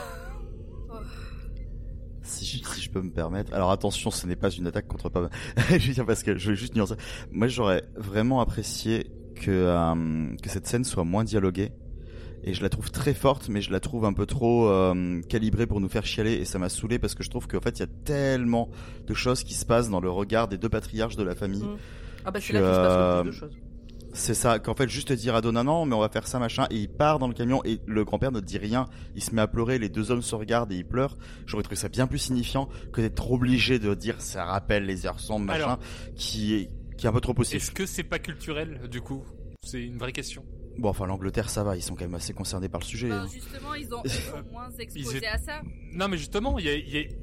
Si je, si je peux me permettre. Alors attention, ce n'est pas une attaque contre Pam. Je veux dire parce que je vais juste nuancer. Moi, j'aurais vraiment apprécié que euh, que cette scène soit moins dialoguée. Et je la trouve très forte, mais je la trouve un peu trop euh, calibrée pour nous faire chialer. Et ça m'a saoulé parce que je trouve qu'en fait, il y a tellement de choses qui se passent dans le regard des deux patriarches de la famille. Mm. Ah bah c'est Que, là qu'il se passe le euh, plus de choses. C'est ça, qu'en fait, juste dire à Donna, non, mais on va faire ça, machin, et il part dans le camion, et le grand-père ne dit rien, il se met à pleurer, les deux hommes se regardent et ils pleurent. J'aurais trouvé ça bien plus signifiant que d'être obligé de dire, ça rappelle les heures sombres, machin, Alors, qui est, qui est un peu trop possible. Est-ce que c'est pas culturel, du coup? C'est une vraie question. Bon, enfin, l'Angleterre, ça va, ils sont quand même assez concernés par le sujet. Ben, hein. justement, ils, ont, ils sont moins exposés étaient- à ça. Non, mais justement, il y a, il y a- Ouais.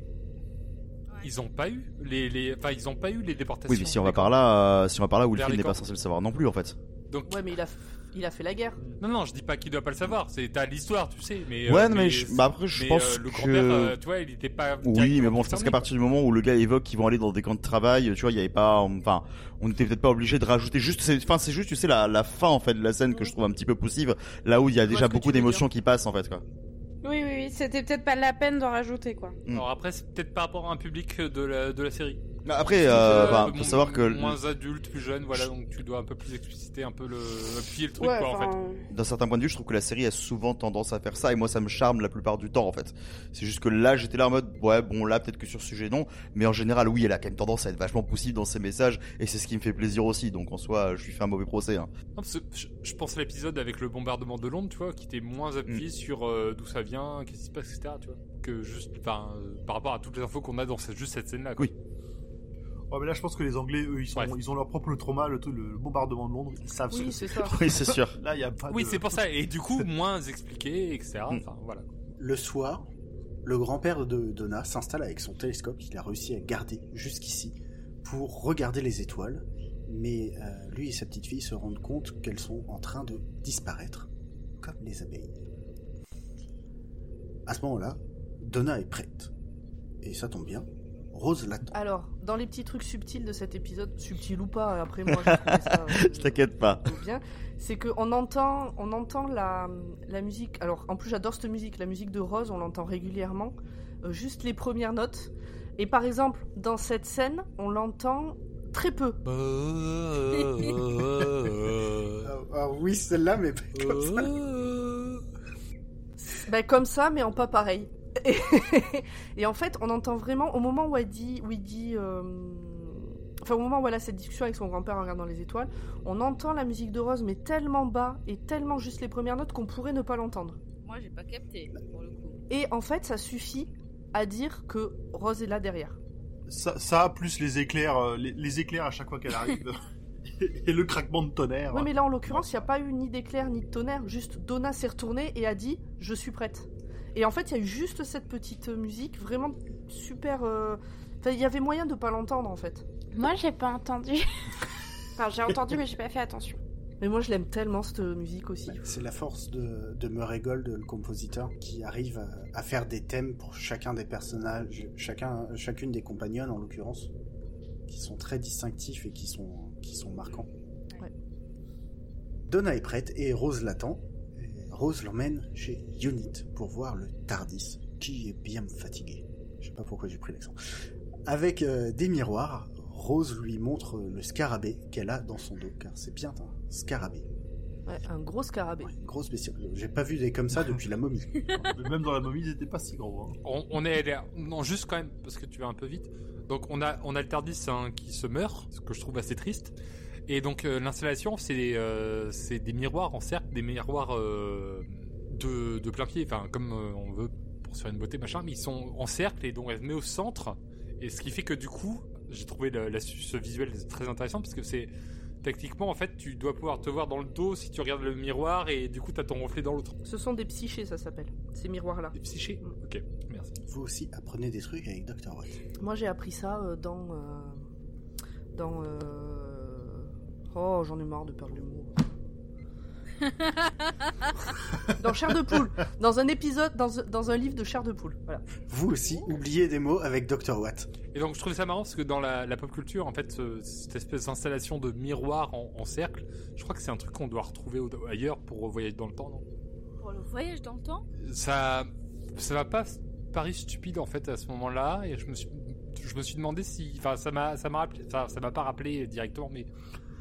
ils ont pas eu les, les, enfin, ils ont pas eu les déportations. Oui, mais si on va par là, euh, si on va par là, Vers Wilfried les n'est pas camps. censé le savoir non plus, en fait. Donc, Ouais mais il a, il a fait la guerre. non, non, je dis pas qu'il doit pas le savoir. C'est t'as l'histoire, tu sais. Mais Ouais, euh, non, mais je- bah après, je mais, pense euh, le que- grand-père, euh, tu vois, il était pas. Oui, directement mais bon, je pense concerné, qu'à partir du moment où le gars évoque qu'ils vont aller dans des camps de travail, tu vois, il y avait pas, enfin, on n'était peut-être pas obligé de rajouter juste, c'est, enfin, c'est juste, tu sais, la, la fin, en fait, de la scène que je trouve un petit peu poussive, là où il y a Je vois déjà ce que beaucoup tu veux d'émotions dire. qui passent, en fait, quoi. Oui, oui, oui, c'était peut-être pas la peine d'en rajouter, quoi. Mm. Alors après, c'est peut-être par rapport à un public de la, de la série. Après, Donc, euh, euh, enfin, un peu faut savoir que moins adulte, plus jeune, voilà, donc tu dois un peu plus expliciter un peu le, appuyer le truc, Ouais, quoi, en fait. enfin, d'un certain point de vue, je trouve que la série a souvent tendance à faire ça, et moi, ça me charme la plupart du temps, en fait. C'est juste que là, j'étais là en mode, ouais, bon, là, peut-être que sur ce sujet, non, mais en général, oui, elle a quand même tendance à être vachement poussive dans ses messages, et c'est ce qui me fait plaisir aussi, donc en soi, je lui fais un mauvais procès, hein. Non, parce que je, je pense à l'épisode avec le bombardement de Londres, tu vois, qui était moins appuyé Mm. sur euh, d'où ça vient, qu'est-ce qui se passe, et cetera, tu vois, que juste, enfin, euh, par rapport à toutes les infos qu'on a dans cette, juste cette scène-là, quoi. Oui. Ouais, mais là, je pense que les Anglais, eux, ils, sont, Bref. ils ont leur propre trauma, le, tout- le bombardement de Londres, ils savent Oui ce que c'est ça. Oui, c'est sûr. Là, il y a pas Oui, de... c'est pour ça, et du coup, moins expliqué, et cetera, Mm. enfin, voilà. Le soir, le grand-père de Donna s'installe avec son télescope qu'il a réussi à garder jusqu'ici pour regarder les étoiles. Mais euh, lui et sa petite fille se rendent compte qu'elles sont en train de disparaître, comme les abeilles. À ce moment-là, Donna est prête. Et ça tombe bien, Rose l'attend. Alors, dans les petits trucs subtils de cet épisode, subtil ou pas, après moi je trouvais ça... euh, Je t'inquiète pas. bien, c'est qu'on entend, on entend la, la musique. Alors, en plus, j'adore cette musique. La musique de Rose, on l'entend régulièrement. Euh, juste les premières notes. Et par exemple, dans cette scène, on l'entend très peu. Alors, alors oui, celle-là, mais pas comme ça. Ben, comme ça, mais en pas pareil. Et, et en fait, on entend vraiment, au moment où elle dit... Où il dit euh, Enfin, au moment où elle a cette discussion avec son grand-père en regardant les étoiles, on entend la musique de Rose, mais tellement bas et tellement juste les premières notes qu'on pourrait ne pas l'entendre. Moi, j'ai pas capté, pour le coup. Et en fait, ça suffit à dire que Rose est là derrière. Ça, ça plus les éclairs, euh, les, les éclairs à chaque fois qu'elle arrive. Et le craquement de tonnerre. Oui, mais là, en l'occurrence, il n'y a pas eu ni d'éclair ni de tonnerre. Juste, Donna s'est retournée et a dit « Je suis prête ». Et en fait, il y a eu juste cette petite musique, vraiment super... euh, Enfin, il y avait moyen de pas l'entendre, en fait. Moi, j'ai pas entendu. Enfin, j'ai entendu, mais j'ai pas fait attention. Mais moi, je l'aime tellement, cette musique aussi. C'est la force de, de Murray Gold, le compositeur, qui arrive à, à faire des thèmes pour chacun des personnages, chacun, chacune des compagnonnes, en l'occurrence, qui sont très distinctifs et qui sont, qui sont marquants. Ouais. Donna est prête et Rose l'attend. Et Rose l'emmène chez Unit pour voir le TARDIS, qui est bien fatigué. Je sais pas pourquoi j'ai pris l'accent. Avec euh, des miroirs, Rose lui montre le scarabée qu'elle a dans son dos, car c'est bien un scarabée. Ouais, un gros scarabée. Ouais, une grosse bestiole. J'ai pas vu des comme ça depuis la momie. Même dans la momie, ils étaient pas si gros. Hein. On, on est non juste quand même parce que tu vas un peu vite. Donc on a on a le TARDIS hein, qui se meurt, ce que je trouve assez triste. Et donc euh, l'installation c'est euh, c'est des miroirs en cercle, des miroirs euh, de de plein pied, enfin comme euh, on veut pour se faire une beauté machin, mais ils sont en cercle et donc elle se met au centre. Et ce qui fait que du coup, j'ai trouvé la, la, ce visuel très intéressant parce que c'est techniquement en fait tu dois pouvoir te voir dans le dos si tu regardes le miroir et du coup t'as ton reflet dans l'autre. Ce sont des psychés, ça s'appelle, ces miroirs-là. Des psychés. Mm. Ok, merci. Vous aussi apprenez des trucs avec docteur Watt. Moi, j'ai appris ça euh, dans... Euh, dans... Euh... Oh, j'en ai marre de perdre l'humour. Dans Chair de poule, dans un épisode, dans, dans un livre de Chair de poule. Voilà. Vous aussi oubliez des mots avec docteur Watt. Et donc je trouvais ça marrant parce que dans la, la pop culture, en fait, ce, cette espèce d'installation de miroir en, en cercle, je crois que c'est un truc qu'on doit retrouver au, ailleurs pour voyager dans le temps, non ? Pour le voyage dans le temps ? Ça, ça m'a pas paru stupide en fait à ce moment-là, et je me suis, je me suis demandé si, enfin, ça m'a, ça m'a rappelé, enfin, ça m'a pas rappelé directement, mais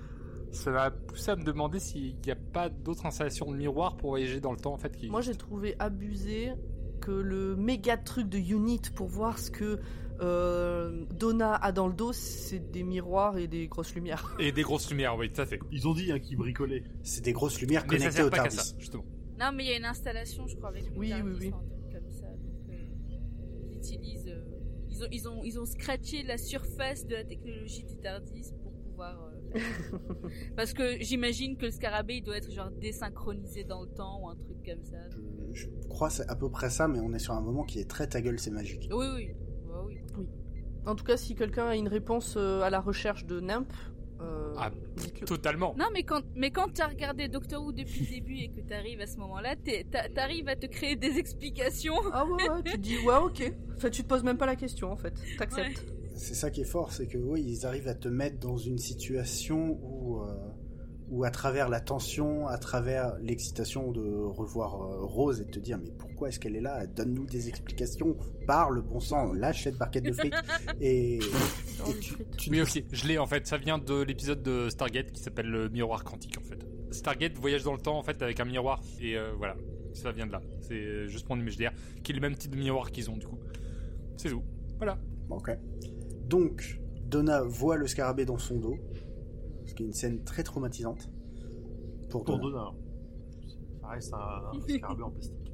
ça m'a poussé à me demander s'il n'y a pas d'autres installations de miroirs pour voyager dans le temps en fait. Qui Moi, j'ai trouvé abusé que le méga truc de Unit pour voir ce que euh, Donna a dans le dos, c'est des miroirs et des grosses lumières. Et des grosses lumières, oui, tout à fait. Ils ont dit hein, qu'ils bricolaient. C'est des grosses lumières Mais ça connectées sert au pas qu'à TARDIS. ça, justement. Non, mais il y a une installation, je crois, avec le Oui, TARDIS, oui, oui. un truc comme ça. Donc, euh, ils utilisent, euh, ils ont, ils ont, ils ont scratché la surface de la technologie du TARDIS pour pouvoir. Euh, Parce que j'imagine que le scarabée il doit être genre désynchronisé dans le temps ou un truc comme ça. Je, je crois que c'est à peu près ça, mais on est sur un moment qui est très ta gueule, c'est magique. Oui, oui. Ouais, oui. En tout cas, si quelqu'un a une réponse euh, à la recherche de Nimp, euh, Ah, dites-le. totalement. Non, mais quand, mais quand t'as regardé Doctor Who depuis le début et que t'arrives à ce moment-là, t'es- t'a- t'arrives à te créer des explications. Ah ouais, ouais, tu te dis ouais, ok. Enfin, tu te poses même pas la question en fait. T'acceptes. Ouais. C'est ça qui est fort, c'est que oui, ils arrivent à te mettre dans une situation où, euh, où à travers la tension, à travers l'excitation de revoir euh, Rose et de te dire mais pourquoi est-ce qu'elle est là ? Donne-nous des explications, parle, bon sang, lâche cette barquette de fric. Et, Oh, et les tu, frites. tu- Oui, ok, je l'ai en fait. Ça vient de l'épisode de Stargate qui s'appelle le miroir quantique en fait. Stargate voyage dans le temps en fait avec un miroir et euh, voilà, ça vient de là. C'est juste mon imaginaire qui est le même type de miroir qu'ils ont du coup. C'est tout. Voilà. Ok. Donc, Donna voit le scarabée dans son dos, ce qui est une scène très traumatisante pour Pour Donna. Donna. Ça reste un, un scarabée en plastique.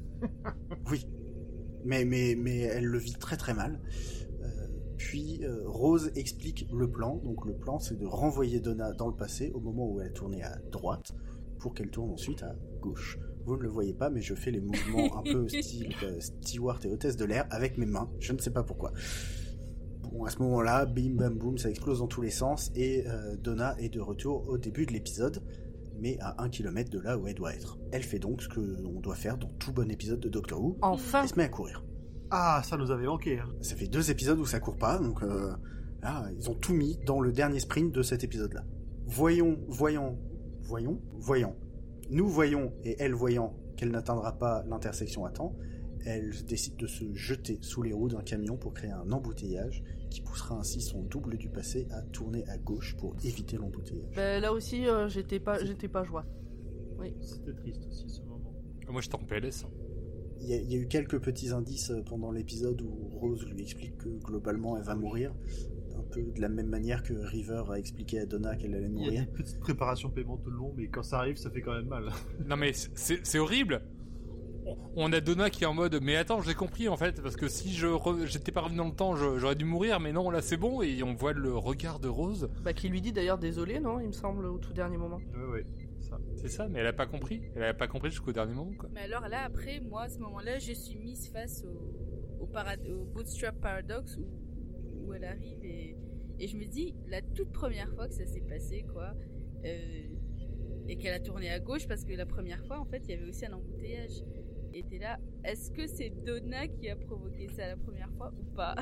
Oui, mais, mais, mais elle le vit très très mal. Euh, puis euh, Rose explique le plan. Donc le plan, c'est de renvoyer Donna dans le passé au moment où elle tournait à droite pour qu'elle tourne ensuite à gauche. Vous ne le voyez pas, mais je fais les mouvements un peu style euh, steward et hôtesse de l'air avec mes mains. Je ne sais pas pourquoi. Bon, à ce moment-là, bim bam boum, ça explose dans tous les sens et euh, Donna est de retour au début de l'épisode. mais à un kilomètre de là où elle doit être. Elle fait donc ce qu'on doit faire dans tout bon épisode de Doctor Who. Enfin. Elle se met à courir. Ah, ça nous avait manqué. Hein. Ça fait deux épisodes où ça court pas, donc euh, là, ils ont tout mis dans le dernier sprint de cet épisode-là. Voyons, voyons, voyons, voyons. Nous voyons, et elle voyant qu'elle n'atteindra pas l'intersection à temps, elle décide de se jeter sous les roues d'un camion pour créer un embouteillage qui poussera ainsi son double du passé à tourner à gauche pour éviter l'embouteillage. Ben, là aussi, euh, j'étais pas, j'étais pas joie. Oui. C'était triste aussi ce moment. Moi, j'étais en P L S. Il y, a, il y a eu quelques petits indices pendant l'épisode où Rose lui explique que globalement elle va mourir, un peu de la même manière que River a expliqué à Donna qu'elle allait Il y a mourir. des petites préparations paiement tout le long, mais quand ça arrive, ça fait quand même mal. Non mais c'est, c'est horrible. On a Donna qui est en mode mais attends, j'ai compris en fait, parce que si je re... j'étais pas revenu dans le temps, je... j'aurais dû mourir, mais non, là c'est bon, et on voit le regard de Rose. Bah, qui lui dit d'ailleurs désolé, non, il me semble, au tout dernier moment. Ouais, ouais, ça. C'est ça, mais elle a pas compris. Elle a pas compris jusqu'au dernier moment, quoi. Mais alors là, après, moi, à ce moment-là, je suis mise face au, au, parad- au Bootstrap Paradox où, où elle arrive et, et je me dis, la toute première fois que ça s'est passé, quoi, euh, et qu'elle a tourné à gauche, parce que la première fois, en fait, il y avait aussi un embouteillage. Et t'es là, est-ce que c'est Donna qui a provoqué ça la première fois ou pas?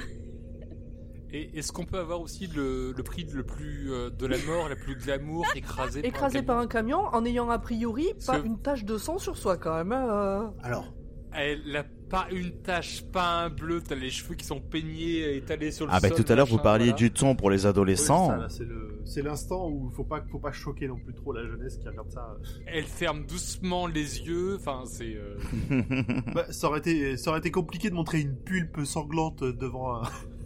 Et est-ce qu'on peut avoir aussi le, le prix le plus euh, de la mort, la plus glamour, écrasé, Écrasé par un camion, en ayant a priori pas Ce- une tache de sang sur soi quand même. hein, euh. Alors, Elle a pas une tache, pas un bleu, t'as les cheveux qui sont peignés, étalés sur le Ah bah sol. tout à l'heure vous machin, parliez voilà. du ton pour les adolescents. Ouais, ça, là, c'est, le... c'est l'instant où faut pas, faut pas choquer non plus trop la jeunesse qui regarde ça. Elle ferme doucement les yeux, enfin c'est... euh, Bah, ça, aurait été, ça aurait été compliqué de montrer une pulpe sanglante devant un...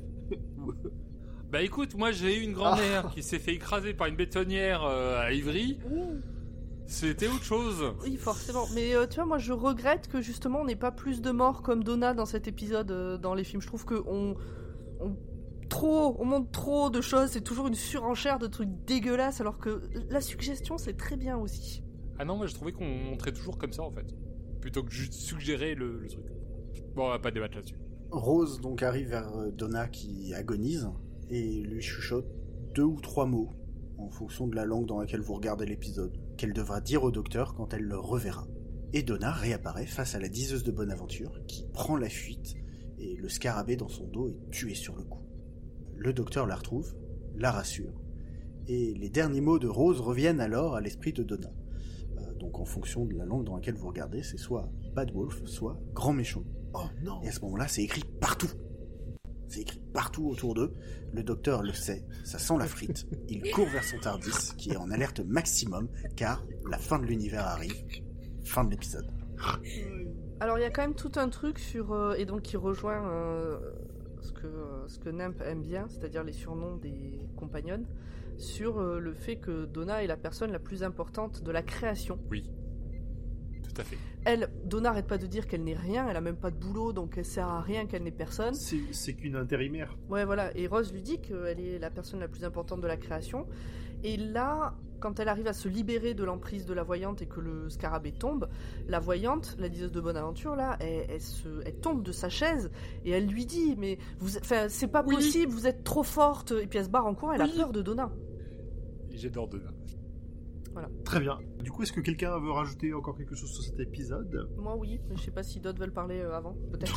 Bah écoute, moi j'ai eu une grand-mère qui s'est fait écraser par une bétonnière euh, à Ivry. C'était autre chose. Oui, forcément. Mais euh, tu vois, moi je regrette que justement on n'ait pas plus de morts comme Donna dans cet épisode euh, dans les films. Je trouve que on, on trop, on montre trop de choses. C'est toujours une surenchère de trucs dégueulasses, alors que la suggestion c'est très bien aussi. Ah non, moi je trouvais qu'on montrait toujours comme ça en fait. Plutôt que juste suggérer le, le truc. Bon, on va pas débattre là-dessus. Rose donc arrive vers euh, Donna qui agonise et lui chuchote deux ou trois mots en fonction de la langue dans laquelle vous regardez l'épisode, qu'elle devra dire au docteur quand elle le reverra. Et Donna réapparaît face à la diseuse de Bonaventure qui prend la fuite et le scarabée dans son dos est tué sur le coup. Le docteur la retrouve, la rassure, et les derniers mots de Rose reviennent alors à l'esprit de Donna. Euh, donc en fonction de la langue dans laquelle vous regardez, c'est soit Bad Wolf, soit Grand Méchant. Oh non. Et à ce moment-là, c'est écrit partout. C'est écrit partout autour d'eux. Le docteur le sait, ça sent la frite. Il court vers son TARDIS, qui est en alerte maximum, car la fin de l'univers arrive. Fin de l'épisode. Alors il y a quand même tout un truc sur euh, et donc qui rejoint euh, ce que euh, ce que Nemp aime bien, c'est-à-dire les surnoms des compagnonnes, sur euh, le fait que Donna est la personne la plus importante de la création. Oui. Tout à fait. Elle, Donna arrête pas de dire qu'elle n'est rien, elle a même pas de boulot, donc elle sert à rien, qu'elle n'est personne. C'est, c'est qu'une intérimaire. Ouais, voilà. Et Rose lui dit qu'elle est la personne la plus importante de la création. Et là, quand elle arrive à se libérer de l'emprise de la voyante et que le scarabée tombe, la voyante, la diseuse de Bonaventure, là, elle, elle, se, elle tombe de sa chaise et elle lui dit, mais vous, enfin, c'est pas Oui. possible, vous êtes trop forte. Et puis elle se barre en courant, elle Oui. a peur de Donna. J'adore Donna. Très bien. Du coup, est-ce que quelqu'un veut rajouter encore quelque chose sur cet épisode? Moi, oui, mais je sais pas si d'autres veulent parler euh, avant, peut-être.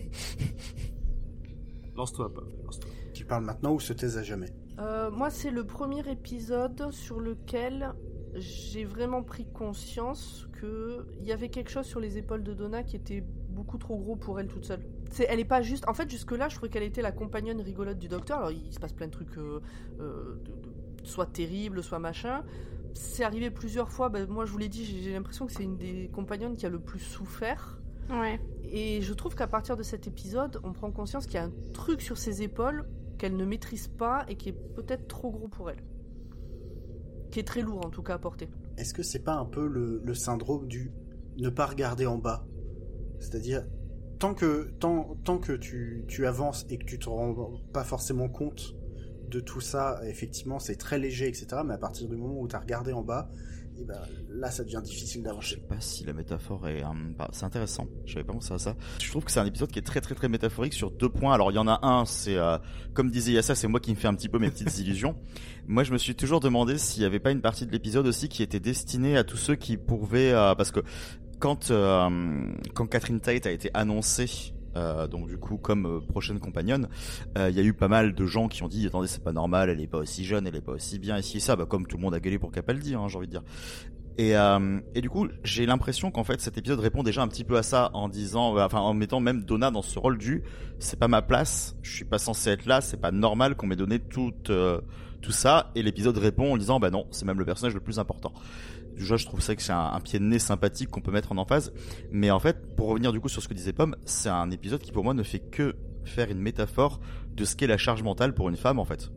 Lance-toi, Pop. Lance-toi. Tu parles maintenant ou se taise à jamais? Euh, moi, c'est le premier épisode sur lequel j'ai vraiment pris conscience qu'il y avait quelque chose sur les épaules de Donna qui était beaucoup trop gros pour elle toute seule. C'est, elle est pas juste. En fait, jusque-là, je trouvais qu'elle était la compagnonne rigolote du docteur. Alors, il se passe plein de trucs, euh, euh, de, de, soit terribles, soit machin. C'est arrivé plusieurs fois. Ben, moi, je vous l'ai dit, j'ai, j'ai l'impression que c'est une des compagnonnes qui a le plus souffert. Ouais. Et je trouve qu'à partir de cet épisode, on prend conscience qu'il y a un truc sur ses épaules qu'elle ne maîtrise pas et qui est peut-être trop gros pour elle. Qui est très lourd en tout cas à porter. Est-ce que c'est pas un peu le, le syndrome du ne pas regarder en bas? C'est-à-dire, tant que, tant, tant que tu, tu avances et que tu te rends pas forcément compte de tout ça, effectivement, c'est très léger, et cetera. Mais à partir du moment où tu as regardé en bas, et ben là ça devient difficile Je d'avancer. sais pas si la métaphore est... euh, bah, c'est intéressant, j'avais pas pensé à ça. Je trouve que c'est un épisode qui est très très très métaphorique sur deux points. Alors il y en a un, c'est euh, comme disait Yassa, c'est moi qui me fais un petit peu mes petites illusions. Moi je me suis toujours demandé s'il y avait pas une partie de l'épisode aussi qui était destinée à tous ceux qui pouvaient... Euh, parce que quand, euh, quand Catherine Tate a été annoncée, euh, donc du coup comme euh, prochaine compagnonne, il euh, y a eu pas mal de gens qui ont dit attendez c'est pas normal, elle est pas aussi jeune, elle est pas aussi bien ici et ça, bah, comme tout le monde a gueulé pour Capaldi, hein, j'ai envie de dire. Et, euh, et du coup j'ai l'impression qu'en fait cet épisode répond déjà un petit peu à ça en disant, euh, enfin en mettant même Donna dans ce rôle du c'est pas ma place, je suis pas censé être là, c'est pas normal qu'on m'ait donné tout, euh, tout ça, et l'épisode répond en disant bah non c'est même le personnage le plus important. Déjà, je trouve ça que c'est un, un pied de nez sympathique qu'on peut mettre en emphase. Mais en fait, pour revenir du coup sur ce que disait Pomme, c'est un épisode qui pour moi ne fait que faire une métaphore de ce qu'est la charge mentale pour une femme en fait.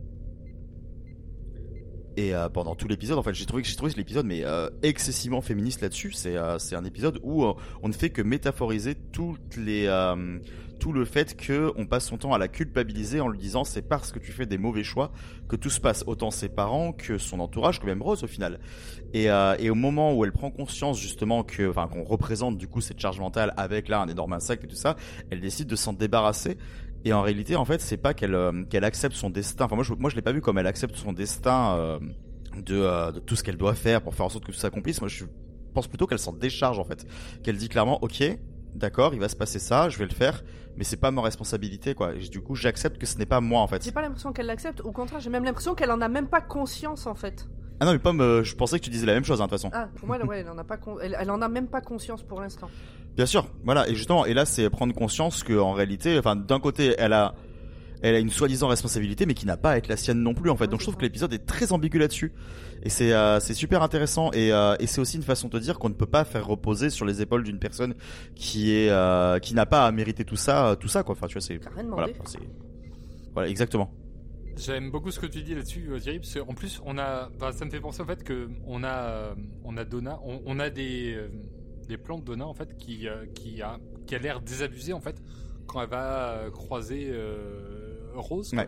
Et euh, pendant tout l'épisode, en fait, j'ai trouvé que j'ai trouvé l'épisode mais euh, excessivement féministe là-dessus. C'est euh, c'est un épisode où euh, on ne fait que métaphoriser toutes les euh, tout le fait que on passe son temps à la culpabiliser en lui disant c'est parce que tu fais des mauvais choix que tout se passe, autant ses parents que son entourage, que même Rose au final. Et, euh, et au moment où elle prend conscience justement que, enfin, qu'on représente du coup cette charge mentale avec là un énorme insecte et tout ça, elle décide de s'en débarrasser. Et en réalité, en fait, c'est pas qu'elle euh, qu'elle accepte son destin. Enfin, moi, je, moi, je l'ai pas vu comme elle accepte son destin euh, de, euh, de tout ce qu'elle doit faire pour faire en sorte que tout s'accomplisse. Moi, je pense plutôt qu'elle s'en décharge en fait. Qu'elle dit clairement, ok, d'accord, il va se passer ça, je vais le faire, mais c'est pas ma responsabilité, quoi. Et du coup, j'accepte que ce n'est pas moi, en fait. J'ai pas l'impression qu'elle l'accepte. Au contraire, j'ai même l'impression qu'elle en a même pas conscience, en fait. Ah non, mais Pomme, euh, je pensais que tu disais la même chose, hein, de toute façon. Ah, pour moi, ouais, elle en a pas, con... elle, elle en a même pas conscience pour l'instant. Bien sûr, voilà. Et justement, et là, c'est prendre conscience que en réalité, enfin, d'un côté, elle a, elle a une soi-disant responsabilité, mais qui n'a pas à être la sienne non plus, en fait. Ouais, Donc, je trouve ça. que l'épisode est très ambigu là-dessus. Et c'est, euh, c'est super intéressant. Et, euh, et c'est aussi une façon de dire qu'on ne peut pas faire reposer sur les épaules d'une personne qui est, euh, qui n'a pas à mériter tout ça, tout ça, quoi. Enfin, tu vois, c'est, T'as rien voilà, demandé. c'est, voilà, exactement. J'aime beaucoup ce que tu dis là-dessus, euh, Thierry, parce qu'en plus, on a, bah, ça me fait penser au fait que on a, euh, on a Donna, on, on a des, euh, des plans de Donna en fait qui, euh, qui a, qui a l'air désabusé en fait quand elle va euh, croiser euh, Rose. Quoi. Ouais.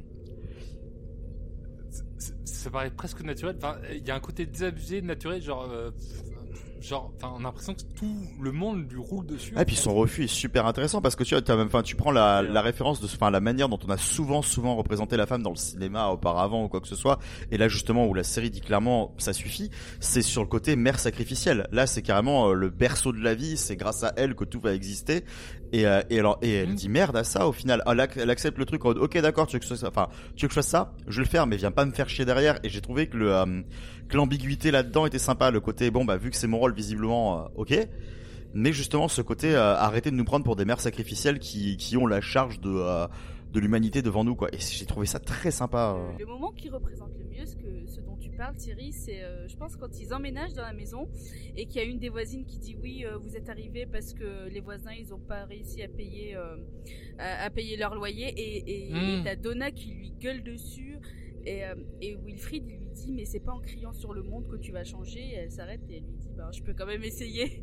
C'est- c'est- Ça paraît presque naturel. Enfin, il y a un côté désabusé, naturel, genre, euh, genre, enfin, on a l'impression que tout le monde lui roule dessus. Ah, et puis son refus est super intéressant parce que tu vois, t'as même, enfin, tu prends la, la référence de, enfin, la manière dont on a souvent, souvent représenté la femme dans le cinéma auparavant ou quoi que ce soit. Et là, justement, où la série dit clairement, ça suffit, c'est sur le côté mère sacrificielle. Là, c'est carrément euh, le berceau de la vie, c'est grâce à elle que tout va exister. Et, euh, et alors, et elle Mhm. dit merde à ça au final. Elle, ac- elle accepte le truc en mode, ok, d'accord, tu veux que je fasse ça, enfin, tu veux que je fasse ça, je vais le faire, mais viens pas me faire chier derrière. Et j'ai trouvé que le, euh, que l'ambiguïté là-dedans était sympa. Le côté, bon, bah, vu que c'est mon rôle, visiblement, euh, ok. Mais justement, ce côté, euh, arrêter de nous prendre pour des mères sacrificielles qui, qui ont la charge de, euh, de l'humanité devant nous, quoi. Et j'ai trouvé ça très sympa. euh. Le moment qui représente le mieux ce, que, ce dont tu parles, Thierry, c'est, euh, je pense, quand ils emménagent dans la maison et qu'il y a une des voisines qui dit oui, euh, vous êtes arrivés parce que les voisins, ils ont pas réussi à payer, euh, à, à payer leur loyer et, et, Mm. et t'as Donna qui lui gueule dessus et, euh, et Wilfried il lui dit mais c'est pas en criant sur le monde que tu vas changer, et elle s'arrête et elle lui dit bah je peux quand même essayer.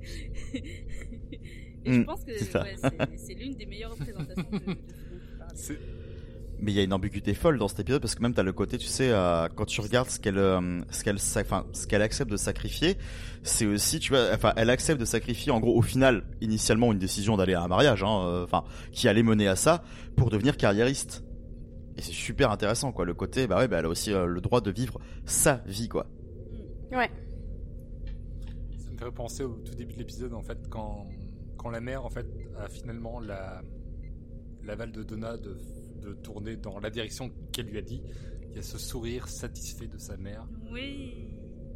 Et je Mm, pense que c'est ça. ouais, c'est, c'est l'une des meilleures représentations de, de ce dont tu parles. C'est- Mais il y a une ambiguïté folle dans cet épisode parce que même t'as le côté, tu sais, euh, quand tu regardes ce qu'elle, euh, ce qu'elle, sa- enfin, ce qu'elle accepte de sacrifier, c'est aussi, tu vois, enfin, elle accepte de sacrifier, en gros, au final, initialement, une décision d'aller à un mariage, hein, euh, enfin, qui allait mener à ça pour devenir carriériste. Et c'est super intéressant, quoi. Le côté, bah ouais, bah elle a aussi euh, le droit de vivre sa vie, quoi. Ouais. Ça me fait penser au tout début de l'épisode en fait quand quand la mère en fait a finalement la l'aval de Donna de, de tourner dans la direction qu'elle lui a dit. Il y a ce sourire satisfait de sa mère Oui.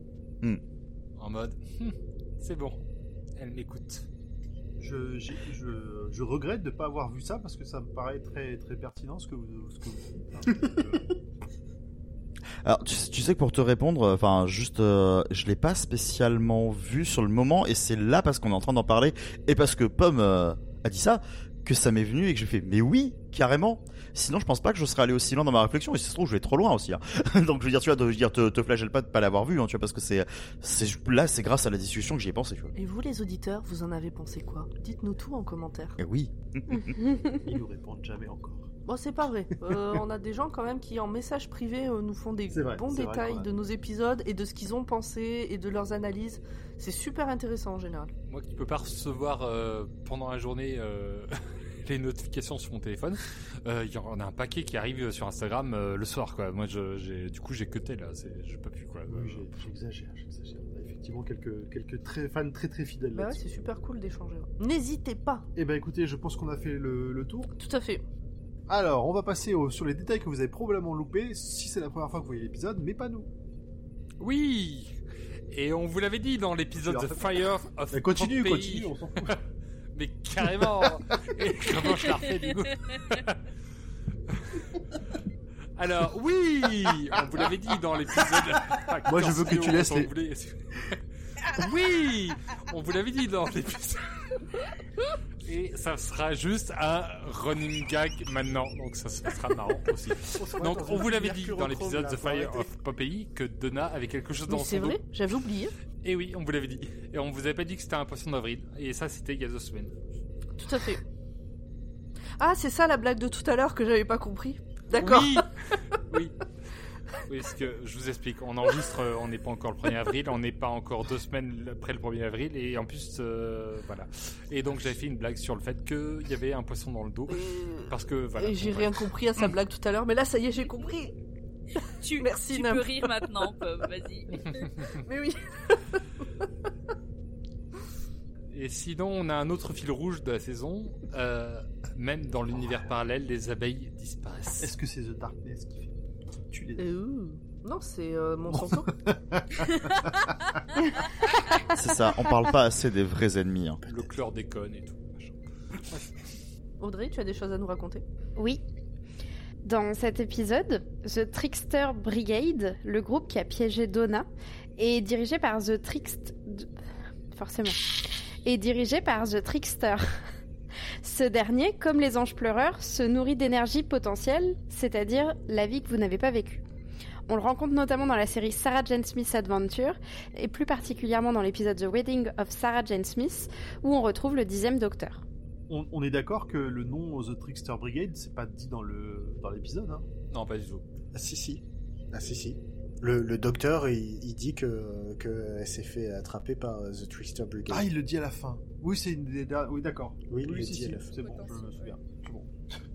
en mode Hum, c'est bon, elle m'écoute. Je, j'ai- je, je regrette de ne pas avoir vu ça parce que ça me paraît très, très pertinent ce que vous, ce que vous dites. hein. Alors, tu, sais- tu sais que pour te répondre, euh, enfin, juste, euh, je l'ai pas spécialement vu sur le moment, et c'est là parce qu'on est en train d'en parler, et parce que Pomme euh, a dit ça, que ça m'est venu et que j'ai fait, mais oui, carrément. Sinon, je pense pas que je serais allé aussi loin dans ma réflexion, et si ça se trouve, je vais trop loin aussi. Hein. Donc, je veux dire, tu vois, de, je veux dire, te, te flagelle pas de pas l'avoir vu, hein, tu vois, parce que c'est, c'est, là, c'est grâce à la discussion que j'y ai pensé, tu vois. Et vous, les auditeurs, vous en avez pensé quoi? Dites-nous tout en commentaire. Et oui. Ils nous répondent jamais encore. Bon, c'est pas vrai. Euh, on a des gens quand même qui, en message privé, euh, nous font des C'est vrai, bons c'est vrai détails qu'on a- de nos épisodes et de ce qu'ils ont pensé et de leurs analyses. C'est super intéressant en général. Moi qui peux pas recevoir euh, pendant la journée euh, les notifications sur mon téléphone, euh, il y en a un paquet qui arrive sur Instagram euh, le soir, quoi. Moi, je, j'ai, du coup, j'ai cuté là. C'est, j'ai pas pu, quoi. Oui, j'ai- j'exagère, j'exagère. On a effectivement quelques, quelques très, fans très très fidèles Bah ouais, là-dessus. c'est super cool d'échanger. N'hésitez pas. Eh ben écoutez, je pense qu'on a fait le, le tour. Tout à fait. Alors, on va passer au- sur les détails que vous avez probablement loupés si c'est la première fois que vous voyez l'épisode, mais pas nous. Oui. Et on vous l'avait dit dans l'épisode Tu The l'as Fire of Mais continue, Pompeii. continue, on s'en fout. Mais carrément. Et comment je la refais du coup? Alors oui, on vous l'avait dit dans l'épisode. Moi, je veux que tu laisses Quand les- on voulait- Oui, on vous l'avait dit dans l'épisode. Et ça sera juste un running gag maintenant, donc ça sera marrant aussi. Donc on vous l'avait dit dans l'épisode The Fire of Pompeii que Donna avait quelque chose dans Mais c'est son dos. vrai, j'avais oublié. Et oui, on vous l'avait dit. Et on vous avait pas dit que c'était un poisson d'avril. Et ça, c'était il y a deux semaines. Tout à fait. Ah, c'est ça la blague de tout à l'heure que j'avais pas compris. D'accord. Oui, oui. Oui, parce que je vous explique, on enregistre, euh, on n'est pas encore le premier avril, on n'est pas encore deux semaines après le premier avril, et en plus, euh, voilà. Et donc j'avais fait une blague sur le fait qu'il y avait un poisson dans le dos, parce que voilà. Et j'ai bon, rien compris à sa blague tout à l'heure, mais là ça y est, j'ai compris. Tu, Merci, tu Nam. peux rire maintenant, Pomme, vas-y. Mais oui. Et sinon, on a un autre fil rouge de la saison, euh, même dans l'univers parallèle, les abeilles disparaissent. Est-ce que c'est The Darkness qui fait tu les... Euh, non, c'est euh, Monsanto. C'est ça, on parle pas assez des vrais ennemis. Hein. Le chlordécone et tout. machin. Audrey, tu as des choses à nous raconter? Oui. Dans cet épisode, The Trickster Brigade, le groupe qui a piégé Donna, est dirigé par The Trickster... Forcément. Est dirigé par The Trickster. Ce dernier, comme les anges pleureurs, se nourrit d'énergie potentielle, c'est-à-dire la vie que vous n'avez pas vécue. On le rencontre notamment dans la série Sarah Jane Smith Adventure, et plus particulièrement dans l'épisode The Wedding of Sarah Jane Smith, où on retrouve le dixième docteur. on, on est d'accord que le nom The Trickster Brigade, c'est pas dit dans le dans l'épisode, hein. Non, pas du tout. Ah si si. Ah si si. Le, le docteur, il, il dit que, que elle s'est fait attraper par The Trickster Brigade. Ah, il le dit à la fin. Oui, c'est une des... Oui, d'accord. Oui, il le si, dit à si, la fin. c'est bon, je me souviens. C'est bon.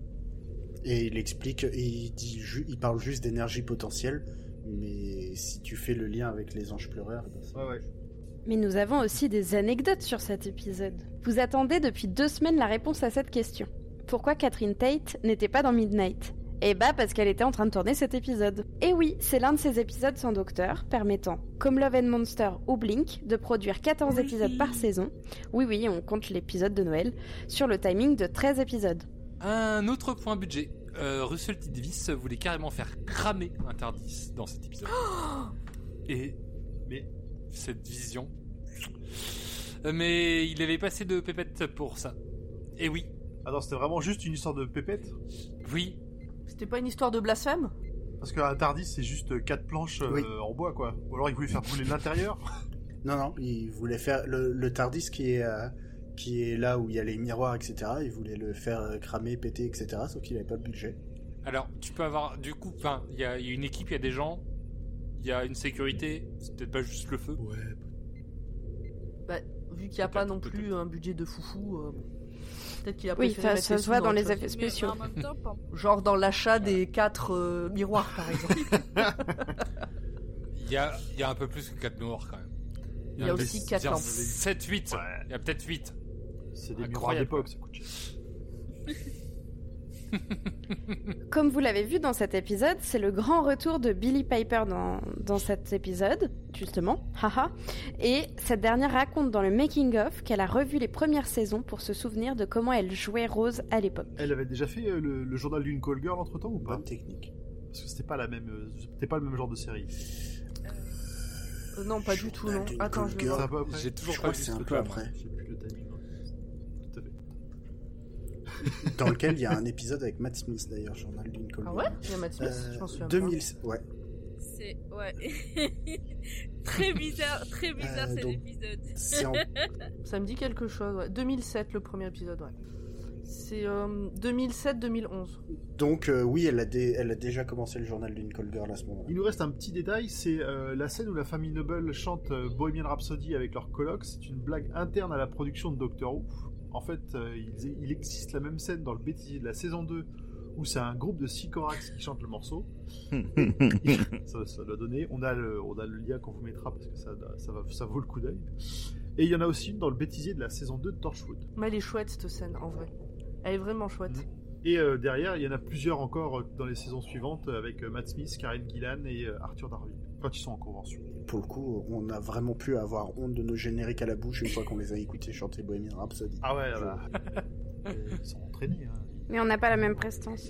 Et il explique, et il, dit, ju- il parle juste d'énergie potentielle, mais si tu fais le lien avec les anges pleureurs... ben, ça- Ouais, ouais. Mais nous avons aussi des anecdotes sur cet épisode. Vous attendez depuis deux semaines la réponse à cette question. Pourquoi Catherine Tate n'était pas dans Midnight ? Eh bah parce qu'elle était en train de tourner cet épisode. Et oui, c'est l'un de ces épisodes sans docteur, permettant, comme Love and Monster ou Blink, de produire quatorze Oui. épisodes par saison. Oui oui, on compte l'épisode de Noël, sur le timing de treize épisodes. Un autre point budget. Euh, Russell T. Davies voulait carrément faire cramer un TARDIS dans cet épisode. Et mais cette vision. Euh, Mais il avait passé de pépette pour ça. Et oui, Alors, c'était vraiment juste une histoire de pépette. oui. C'était pas une histoire de blasphème? Parce qu'un Tardis, c'est juste quatre planches euh, Oui. en bois, quoi. Ou alors, il voulait faire brûler l'intérieur. Non, non, il voulait faire... Le, le TARDIS qui est, euh, qui est là où il y a les miroirs, et cetera, il voulait le faire euh, cramer, péter, et cetera, sauf qu'il avait pas de budget. Alors, tu peux avoir, du coup, enfin, il y, a il y a une équipe, il y a des gens, il y a une sécurité, c'est peut-être pas juste le feu. Ouais. Bah, vu qu'il n'y a Peut-être, pas non peut-être. plus un budget de foufou, euh, bon. Peut-être qu'il a Oui, préféré ça, mettre ça les se sous voit dans autre les chose. effets spéciaux. Mais en même temps, pas- Genre dans l'achat des quatre euh, miroirs, par exemple. Il y a, il y a un peu plus que quatre noirs quand même. Il y a aussi quatre lampes. sept, huit. Ouais. Il y a peut-être huit. C'est des miroirs Incroyable. d'époque, ça coûte cher. Comme vous l'avez vu dans cet épisode, c'est le grand retour de Billie Piper dans, dans cet épisode, justement, haha. Et cette dernière raconte dans le making-of qu'elle a revu les premières saisons pour se souvenir de comment elle jouait Rose à l'époque. Elle avait déjà fait euh, le, le journal d'une call girl entre temps ou pas? Bonne technique. Parce que c'était pas la même, euh, c'était pas le même genre de série. Euh, non, pas du tout, non. Journal d'une Attends, je vais Girl. voir. C'est un peu après. J'ai toujours Je pas crois que vu c'est ce un peu truc-là, après. J'ai plus le timing. hein. Tout à fait. Dans lequel il y a un épisode avec Matt Smith, d'ailleurs, Journal d'une Ah colline. ouais? Il y a Matt Smith, je m'en souviens deux mille... Ouais. c'est ouais. Très bizarre, très bizarre Euh, cet donc- épisode. C'est en... pas. Ça me dit quelque chose, ouais. deux mille sept, le premier épisode, ouais. C'est euh, deux mille sept deux mille onze. Donc euh, oui, elle a, dé- elle a déjà commencé le journal d'une call girl à ce moment-là. Il nous reste un petit détail, c'est euh, la scène où la famille Noble chante euh, Bohemian Rhapsody avec leur coloc. C'est une blague interne à la production de Doctor Who. En fait, euh, il, il existe la même scène dans le bêtisier de la saison deux où c'est un groupe de Sycorax qui chante le morceau. ça, ça doit donner. On a, le, on a le lien qu'on vous mettra parce que ça, ça, va, ça vaut le coup d'œil. Et il y en a aussi une dans le bêtisier de la saison deux de Torchwood. Mais elle est chouette cette scène en vrai. Elle est vraiment chouette. Et euh, derrière, il y en a plusieurs encore euh, dans les saisons suivantes avec euh, Matt Smith, Karen Gillan et euh, Arthur Darville quand ils sont en convention. Pour le coup, on a vraiment pu avoir honte de nos génériques à la bouche une fois qu'on les a écoutés chanter Bohemian Rhapsody. Ah ouais, là, là. euh, ils sont entraînés. Hein. Mais on n'a pas la même prestance.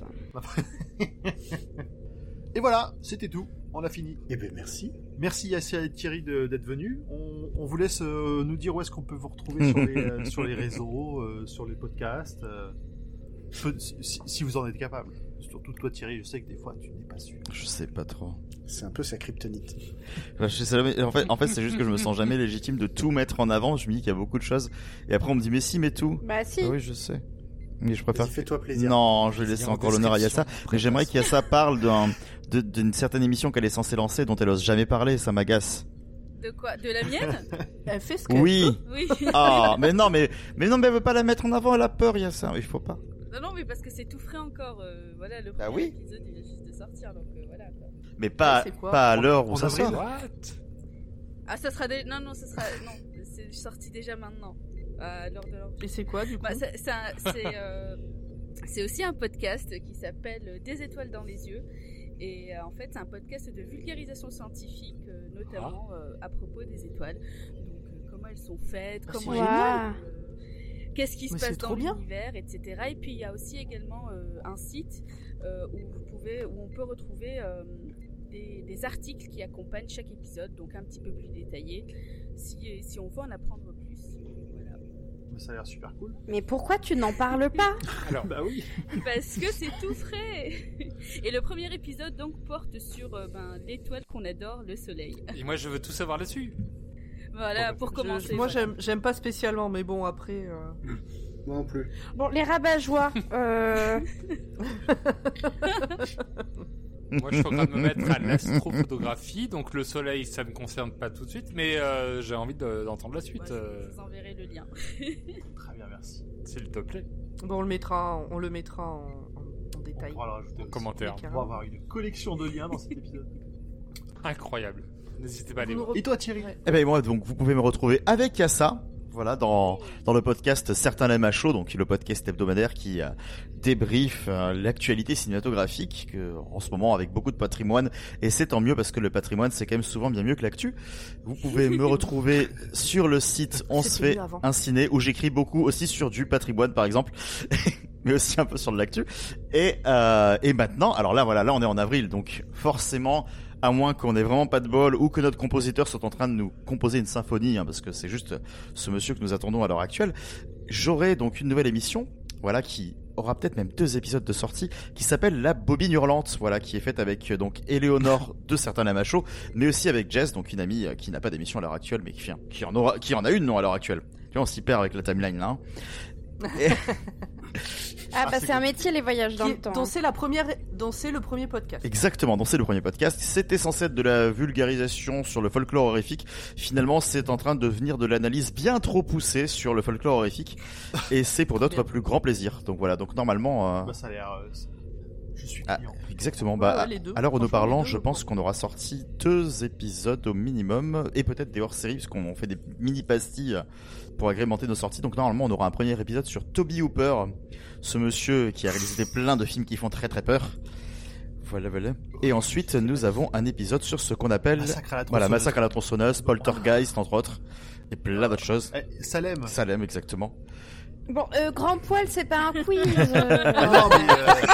Et voilà, c'était tout. On a fini. Eh ben merci. Merci Yassia et Thierry de, d'être venus. On, on vous laisse euh, nous dire où est-ce qu'on peut vous retrouver sur les, euh, sur les réseaux, euh, sur les podcasts. Euh, si, si vous en êtes capable. Surtout toi Thierry, je sais que des fois tu n'es pas sûr. Je sais pas trop. C'est un peu sa kryptonite. Enfin, je sais jamais- en fait, en fait, c'est juste que je me sens jamais légitime de tout mettre en avant. Je me dis qu'il y a beaucoup de choses. Et après, on me dit, mais si, mais tout. Bah si. Ah oui, je sais. Mais je préfère. Vas-y, fais-toi plaisir. Non, je vais Vas-y, laisser en encore l'honneur à description, Yassa. Mais j'aimerais qu'Yassa parle d'un, de- d'une certaine émission qu'elle est censée lancer dont elle ose jamais parler. Ça m'agace. De quoi? De la mienne? Elle fait ce qu'elle Oui. peut. Oui. Ah, mais non, mais, mais non, mais elle veut pas la mettre en avant. Elle a peur, Yassa. Il faut pas. Non, non, mais parce que c'est tout frais encore. euh, voilà, le premier Ah oui. épisode il vient juste de sortir, donc euh, voilà. Quoi. Mais pas, c'est quoi pas à l'heure où En ça avril. sort. What? Ah, ça sera. Dé... Non, non, ça sera. Non, c'est sorti déjà maintenant. À l'heure de l'enregistrement. Et c'est quoi du coup? Bah, c'est c'est un- c'est, euh, c'est aussi un podcast qui s'appelle Des étoiles dans les yeux. Et euh, en fait, c'est un podcast de vulgarisation scientifique, euh, notamment euh, à propos des étoiles. Donc, euh, comment elles sont faites, Ah, comment c'est elles génial. brillent, euh, qu'est-ce qui se Mais passe c'est dans trop bien. l'univers, et cetera. Et puis, il y a aussi également euh, un site euh, où, vous pouvez, où on peut retrouver euh, des, des articles qui accompagnent chaque épisode, donc un petit peu plus détaillés, si, si on veut en apprendre plus. Voilà. Mais ça a l'air super cool. Mais pourquoi tu n'en parles pas? Alors, Bah oui. Parce que c'est tout frais. Et le premier épisode donc porte sur euh, ben, l'étoile qu'on adore, le soleil. et moi je veux tout savoir là-dessus. Voilà, Bon, pour Je- commencer. moi voilà. j'aime, j'aime pas spécialement, mais bon après. euh, Moi non plus. Bon, les rabat-joie. Euh... Moi je suis en train de me mettre à l'astrophotographie, donc le soleil ça me concerne pas tout de suite, mais euh, j'ai envie de- d'entendre la suite. Moi, je euh, vous enverrai le lien. Très bien, merci. S'il te plaît. Bon, on le mettra, on le mettra en, en- en On détail. pourra le rajouter aussi. Commentaire. Mais On va avoir une collection de liens dans cet épisode. Incroyable. N'hésitez pas à aller Vous nous voir. re- Et toi Thierry? Ouais. Eh ben moi donc vous pouvez me retrouver avec Yassa, voilà dans dans le podcast Certains l'aiment à chaud, donc le podcast hebdomadaire qui euh, débriefe euh, l'actualité cinématographique que, en ce moment avec beaucoup de patrimoine, et c'est tant mieux parce que le patrimoine c'est quand même souvent bien mieux que l'actu. Vous pouvez me retrouver sur le site On se C'était fait mieux avant. un ciné où j'écris beaucoup aussi sur du patrimoine par exemple. Mais aussi un peu sur de l'actu. Et, euh, et maintenant, alors là, voilà, là, on est en avril, donc forcément, à moins qu'on ait vraiment pas de bol ou que notre compositeur soit en train de nous composer une symphonie, hein, parce que c'est juste ce monsieur que nous attendons à l'heure actuelle, j'aurai donc une nouvelle émission, voilà, qui aura peut-être même deux épisodes de sortie, qui s'appelle La Bobine Hurlante, voilà, qui est faite avec euh, donc Éléonore de Certains l'aiment à chaud, mais aussi avec Jess, donc une amie euh, qui n'a pas d'émission à l'heure actuelle, mais qui, qui en aura, qui en a une, non, à l'heure actuelle. Tu vois, on s'y perd avec la timeline là. Hein. Et- Ah, bah c'est un métier, les voyages dans Qui le est- temps. dont hein. c'est la première, dont c'est le premier podcast. Exactement, donc c'est le premier podcast. C'était censé être de la vulgarisation sur le folklore horrifique. Finalement, c'est en train de devenir de l'analyse bien trop poussée sur le folklore horrifique. Et c'est pour notre Bien. plus grand plaisir. Donc voilà, donc normalement... euh, Bah ça a l'air... euh, c'est- Je suis ah, client. exactement, Ouais, bah, ouais, les deux. à l'heure où nous Franchement, parlons, les deux, je ouais. pense qu'on aura sorti deux épisodes au minimum, et peut-être des hors-séries, parce qu'on fait des mini-pastilles pour agrémenter nos sorties. Donc normalement, on aura un premier épisode sur Toby Hooper, ce monsieur qui a réalisé plein de films qui font très très peur. Voilà, voilà. Et ensuite, nous avons un épisode sur ce qu'on appelle... Massacre à la Voilà, tronçonneuse. Massacre à la tronçonneuse, Poltergeist, entre autres, et plein d'autres choses. Eh, Salem. Salem, exactement. Bon, euh, grand poil, c'est pas un quiz. Ah euh. non, mais,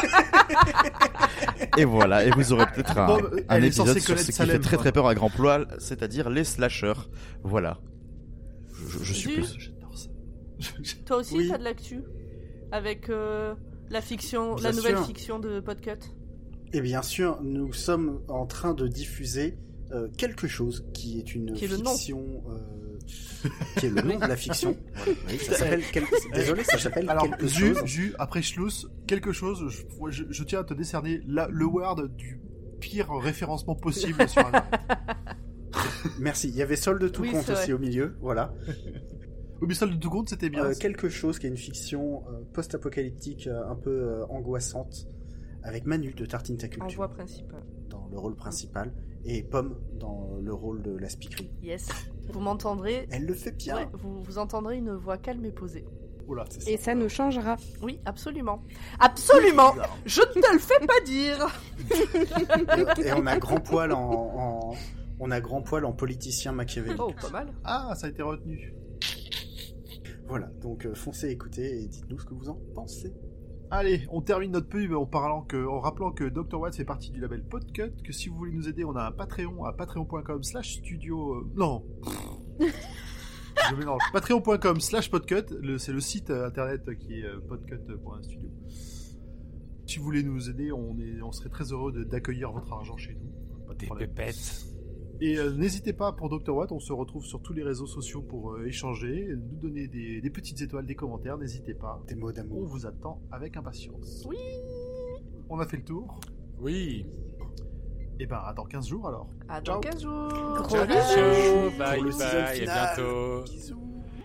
euh, Et voilà, et vous aurez peut-être un, Bon, un elle est épisode censée sur connaître ce qui Salem, fait très quoi. très peur à grand poil, c'est-à-dire les slashers. Voilà. Je, je, je suis Zut. plus. J'adore ça. Toi aussi, Oui. t'as de l'actu avec euh, la fiction, Bien la nouvelle sûr. fiction de Podcut. Et bien sûr, nous sommes en train de diffuser euh, quelque chose qui est une Qui est le nom. fiction euh, qui est le nom de la fiction. Voilà. Oui, ça s'appelle quel... Désolé, ça s'appelle Alors, quelque Jus, chose. Jus, après Schluss, quelque chose, je, je, je tiens à te décerner la, le word du pire référencement possible sur un Merci. Il y avait Sol de tout Oui, compte c'est aussi vrai. au milieu. Voilà. Oui, mais ça, de tout compte, c'était bien. Euh, quelque chose qui est une fiction euh, post-apocalyptique euh, un peu euh, angoissante, avec Manu de Tartine ta En culture voix principale. dans le rôle principal et Pomme dans le rôle de la speakerie. Yes. Vous m'entendrez. Elle le fait bien. Ouais, vous, vous entendrez une voix calme et posée. Oh là, c'est ça. Et ça nous changera. Oui, absolument. Absolument. Je ne te le fais pas dire. Et, et on a grand poil en, en on a grand poil en politicien machiavélique. Oh, pas mal. Ah, ça a été retenu. Voilà, donc euh, foncez écoutez et dites-nous ce que vous en pensez. Allez, on termine notre pub en parlant que, en rappelant que docteur Watt fait partie du label Podcut, que si vous voulez nous aider, on a un Patreon à patreon.com slash studio, euh, non. Je mélange. Patreon.com slash podcut, le, c'est le site euh, internet qui est euh, podcut.studio. Si vous voulez nous aider, on, est, on serait très heureux de, d'accueillir votre argent chez nous. Pas de Des problème. pépettes. Et euh, n'hésitez pas pour docteur Watt, on se retrouve sur tous les réseaux sociaux pour euh, échanger, nous donner des, des petites étoiles, des commentaires, n'hésitez pas. Des mots On d'amour. vous attend avec impatience. Oui. On a fait le tour. Oui. Et ben, à dans quinze jours alors. À dans Ciao. quinze jours. Gros Ciao, bisous. ciao. Bye Pour le bye. sixième À final. bientôt. Bisous.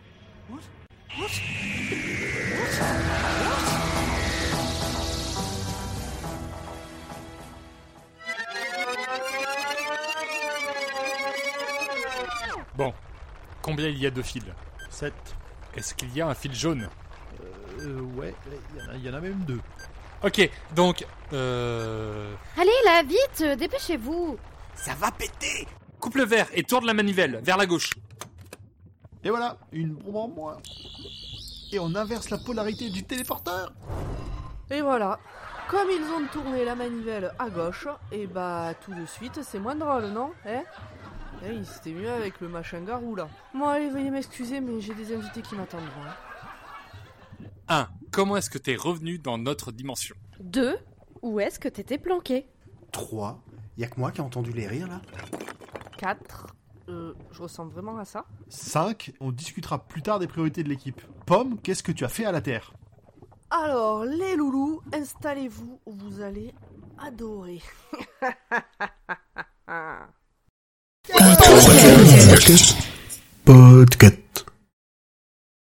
Bon. Combien il y a de fils? sept. Est-ce qu'il y a un fil jaune? Euh, ouais, il y, en a- il y en a même deux. Ok, donc... Euh... Allez là, vite, euh, dépêchez-vous. Ça va péter! Coupe le verre et tourne la manivelle vers la gauche. Et voilà, une bombe en moins. Et on inverse la polarité du téléporteur. Et voilà. Comme ils ont tourné la manivelle à gauche, et bah tout de suite c'est moins drôle, non? Eh Eh, c'était mieux avec le machin garou là. Bon allez, veuillez m'excuser, mais j'ai des invités qui m'attendront. un. Comment est-ce que t'es revenu dans notre dimension? Deux, où est-ce que t'étais planqué? trois. Y a que moi qui ai entendu les rires là. quatre. Euh, je ressemble vraiment à ça. cinq. On discutera plus tard des priorités de l'équipe. Pomme, qu'est-ce que tu as fait à la Terre? Alors, les loulous, installez-vous, vous allez adorer. Podcast.